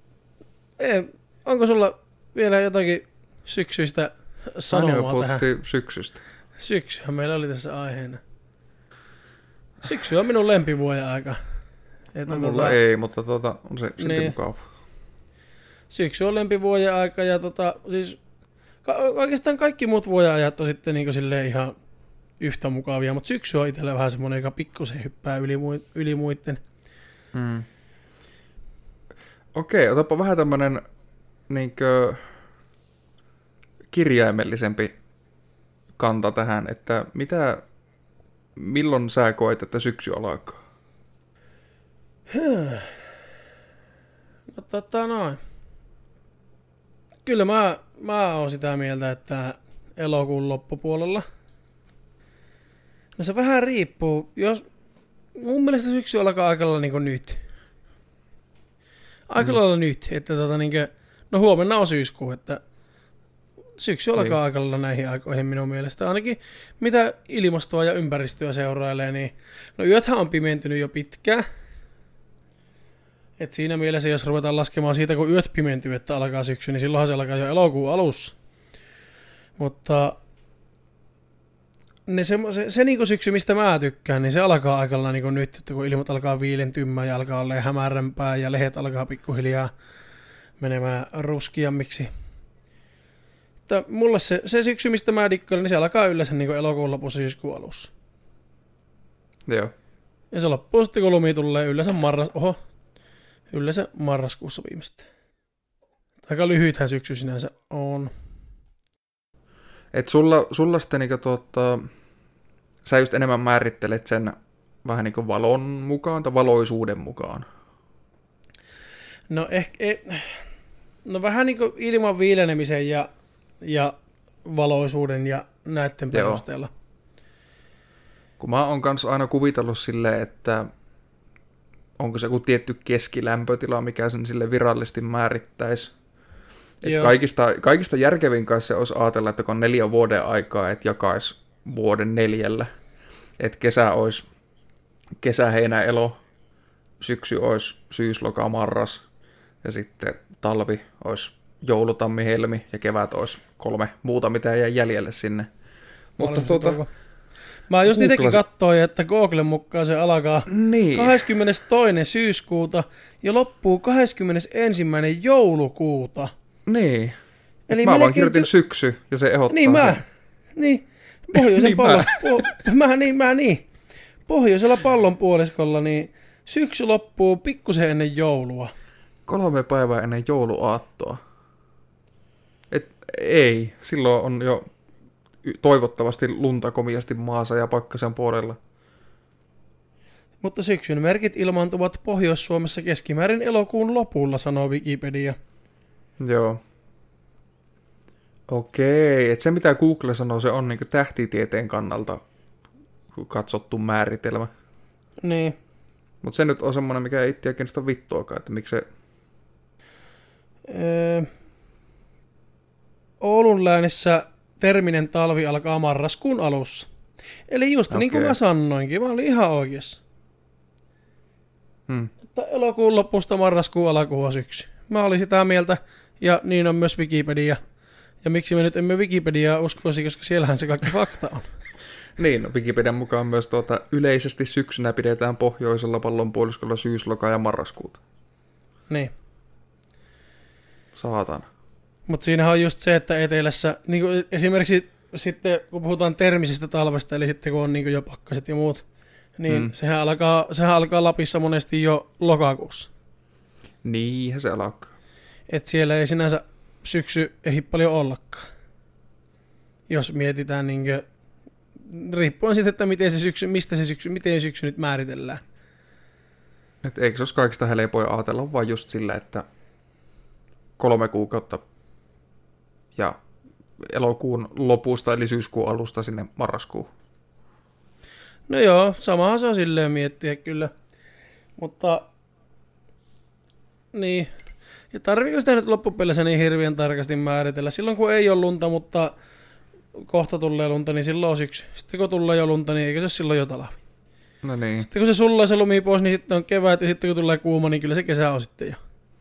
onko sulla vielä jotakin syksyistä sanomaa tähän? Syksystä. Syksyhän meillä oli tässä aiheena. Syksy on minun lempivuoden aika. No, mulla ei, mutta on se silti niin mukava. Syksy on lempivuoden aika ja siis oikeastaan kaikki muut vuodenajat on sitten niin silleen ihan yhtä mukavia, mutta syksy on itsellä vähän semmoinen, joka pikkusen hyppää yli muitten. Okei, otapa vähän tämmönen niinkö kirjaimellisempi kanta tähän, että milloin sä koet, että syksy alkaa? No noin. Kyllä mä oon sitä mieltä, että elokuun loppupuolella. No se vähän riippuu. Mun mielestä syksy alkaa aika lailla niin kuin nyt. Aika lailla nyt, että no huomenna on syyskuu, että syksy alkaa aika lailla näihin aikoihin minun mielestä. Ainakin mitä ilmastoa ja ympäristöä seurailee, niin no yöthän on pimentynyt jo pitkään. Et siinä mielessä, jos ruvetaan laskemaan siitä, kun yöt pimentyy, että alkaa syksy, niin silloinhan se alkaa jo elokuun alussa. Mutta se niin syksy, mistä mä tykkään, niin se alkaa aika lailla niin nyt, että kun ilmat alkaa viilentymään ja alkaa olla hämärämpää ja lehdet alkaa pikkuhiljaa menemään ruskiammiksi. Mutta mulle se syksy, mistä mä dikkaan, niin se alkaa yleensä niin elokuun lopussa syyskuun alussa. Joo. Ja se loppuu sitten, kun lumi tulee yleensä marraskuussa viimeistä. Aika lyhythän syksy sinänsä on. Et sulla sitten sä just enemmän määrittelet sen vähän niin kuin valon mukaan tai valoisuuden mukaan. No vähän niin kuin ilman viilenemisen ja valoisuuden ja näiden perusteella. Kun mä oon kanssa aina kuvitellut silleen, että onko se joku tietty keskilämpötila, mikä sen sille virallisesti määrittäisi. Kaikista järkevin kai se olisi ajatella, että kun on 4 vuoden aikaa, että jakaisi vuoden 4. Että kesä olisi kesä, heinä, elo, syksy olisi syys, loka, marras ja sitten talvi olisi joulu, tammi, helmi ja kevät olisi 3 muuta, mitä jää jäljelle sinne. Mutta mä just itsekin katsoin, että Googlen mukaan se alkaa 22. syyskuuta ja loppuu 21. joulukuuta. Niin. Eli mä vaan kirjoitin syksy ja se ehdottaa sen. Niin. Pohjoisen pallon. Pohjoisella pallonpuoliskolla niin syksy loppuu pikkusen ennen joulua. 3 päivää ennen jouluaattoa. Ei, silloin on jo toivottavasti lunta komiasti maassa ja pakkasen puolella. Mutta syksyn merkit ilmaantuvat Pohjois-Suomessa keskimäärin elokuun lopulla, sanoo Wikipedia. Joo. Okei, että se mitä Google sanoo, se on niinku tähtitieteen kannalta katsottu määritelmä. Niin. Mutta se nyt on semmoinen, mikä ei itseä kiinnosta vittuakaan, että miksi se... Oulun läänissä terminen talvi alkaa marraskuun alussa. Eli just niin kuin mä sanoinkin, mä olin ihan oikeassa. Että elokuun lopusta marraskuun alkuun on syksy. Mä olin sitä mieltä, ja niin on myös Wikipedia. Ja miksi me nyt emme Wikipediaa uskoisi, koska siellähän se kaikki fakta on. Niin, no Wikipedian mukaan myös yleisesti syksynä pidetään pohjoisella pallonpuoliskolla syys, loka ja marraskuuta. Niin. Saatana. Mutta siinähän on just se, että etelässä, niin kuin esimerkiksi sitten kun puhutaan termisestä talvesta, eli sitten kun on niin kuin jo pakkaset ja muut, niin sehän alkaa Lapissa monesti jo lokakuussa. Niinhän se alkaa. Että siellä ei sinänsä syksy ehdi paljon ollakaan. Jos mietitään niinkö, riippuen siitä, että miten syksy nyt määritellään. Et eikö se olisi kaikista helpoin ajatella vaan just sillä, että 3 kuukautta ja elokuun lopusta eli syyskuun alusta sinne marraskuun. No joo, samahan se on silleen miettiä kyllä. Mutta niin. Ja tarviiko sitä nyt loppupeleissä niin hirveän tarkasti määritellä? Silloin kun ei ole lunta, mutta kohta tulee lunta, niin silloin on syksy. Sitten kun tulee jo lunta, niin eikö se ole silloin jo talvi? No niin. Sitten kun se sullaa se lumi pois, niin sitten on kevät, ja sitten kun tulee kuuma, niin kyllä se kesä on sitten jo.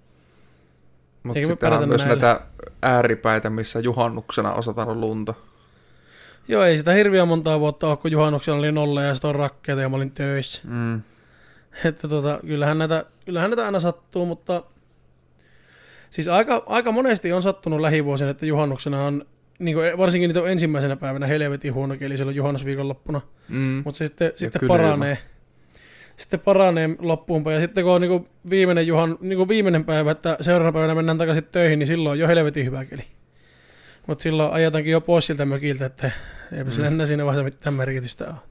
Mutta sitten on myös näitä ääripäitä, missä juhannuksena osataan lunta. Joo, ei sitä hirveän montaa vuotta ole, kun juhannuksena oli 0 ja sitten on rakkeita ja mä olin töissä. Että kyllähän näitä aina sattuu, mutta siis aika monesti on sattunut lähivuosina, että juhannuksena on, niin kuin varsinkin niitä on ensimmäisenä päivänä helvetin huono keli silloin juhannusviikonloppuna, mutta se sitten paranee. Sitten paranee loppuunpäin ja sitten kun on niin viimeinen päivä, että seuraavana päivänä mennään takaisin töihin, niin silloin on jo helvetin hyvä keli. Mutta silloin ajetaankin jo pois siltä mökiltä, että eipä sillä enää siinä vaiheessa mitään merkitystä ole.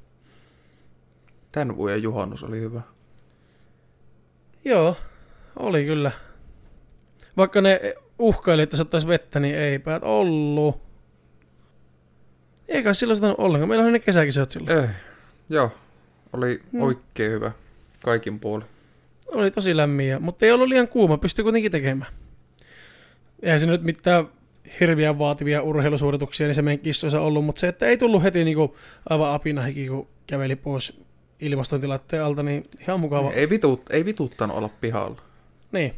Tän vuoden juhannus oli hyvä. Joo, oli kyllä. Vaikka ne uhkaili, että sattaisi vettä, niin eipä ollut. Eikä silloin sitä ollenkaan. Meillä oli ne kesäkisat silloin. Ei, joo. Oli oikein hyvä kaikin puolin. Oli tosi lämmin, mutta ei ollut liian kuuma. Pystyi kuitenkin tekemään. Eihän se nyt mitään hirviä vaativia urheilusuorituksia, niin se meidän kissoissa ollut, mutta se, että ei tullut heti niinku aivan apinahiki, kun käveli pois ilmastointilaitteen alta, niin ihan mukava. Ei vituttanut olla pihalla. Niin.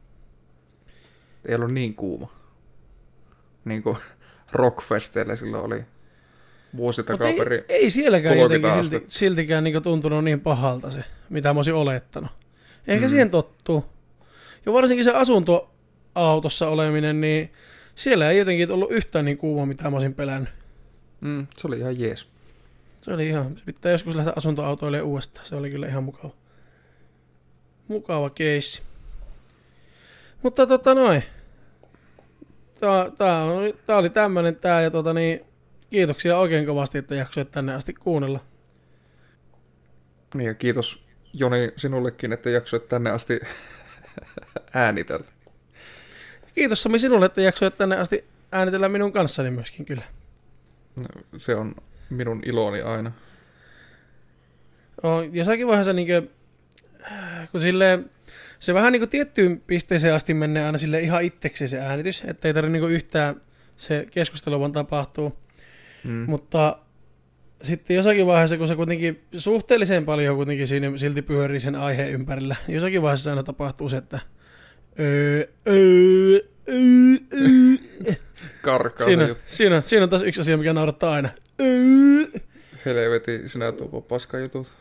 Ei ollut niin kuuma. Niin kuin Rockfesteillä silloin oli vuosi takaperin. Ei sielläkään jotenkin siltikään niin tuntunut niin pahalta se, mitä mä olisin olettanut. Ehkä siihen tottuu. Ja varsinkin se asuntoautossa oleminen, niin siellä ei jotenkin ollut yhtään niin kuuma, mitä mä olisin pelännyt. Se oli ihan jees. Se oli ihan, se pitää joskus lähteä asuntoautoille uudestaan. Se oli kyllä ihan mukava. Mukava keissi. Mutta tää oli tämmönen tää ja kiitoksia oikein kovasti, että jaksoit tänne asti kuunnella. Niin ja kiitos Joni sinullekin, että jaksoit tänne asti äänitellä. Kiitos Sami sinulle, että jaksoit tänne asti äänitellä minun kanssani myöskin kyllä. Se on minun iloni aina. Jossakin vaiheessa niinkö, kun silleen, se vähän niinku tiettyyn pisteeseen asti menee aina sille ihan itseksi se äänitys, että ei tarvitse niinku yhtään se keskustelu vaan tapahtuu. Mutta sitten jossakin vaiheessa, kun se kuitenkin suhteellisen paljon kuitenkin siinä silti pyörii sen aiheen ympärillä, jossakin vaiheessa aina tapahtuu se, että karkaa siinä on taas yksi asia, mikä naurattaa aina. Helveti, sinä tuo paskajutut.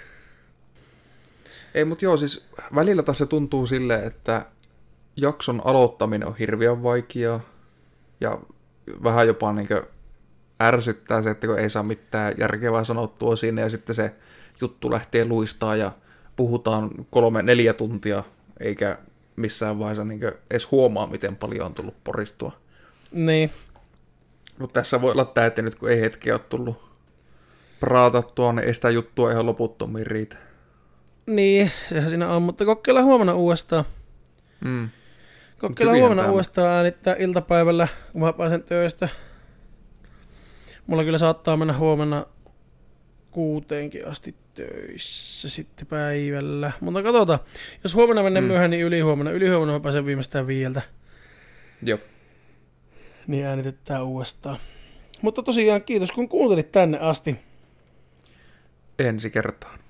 Ei, mutta joo, siis välillä taas se tuntuu silleen, että jakson aloittaminen on hirveän vaikeaa ja vähän jopa niinkö ärsyttää se, että kun ei saa mitään järkevää sanottua siinä ja sitten se juttu lähtee luistaa ja puhutaan 3-4 tuntia eikä missään vaiheessa niinkö edes huomaa, miten paljon on tullut poristua. Niin. Mutta tässä voi olla tämä, että nyt kun ei hetkeä ole tullut praatattua, niin ei sitä juttua ihan loputtomiin riitä. Niin, sehän siinä on, mutta kokeillaan huomenna uudestaan. Kokeillaan huomenna uudestaan äänittää iltapäivällä, kun mä pääsen töistä. Mulla kyllä saattaa mennä huomenna 6:00 asti töissä sitten päivällä. Mutta katsotaan, jos huomenna mennään myöhään, niin ylihuomenna mä pääsen viimeistään 5:00. Joo. Niin äänitetään uudestaan. Mutta tosiaan kiitos kun kuuntelit tänne asti. Ensi kertaan.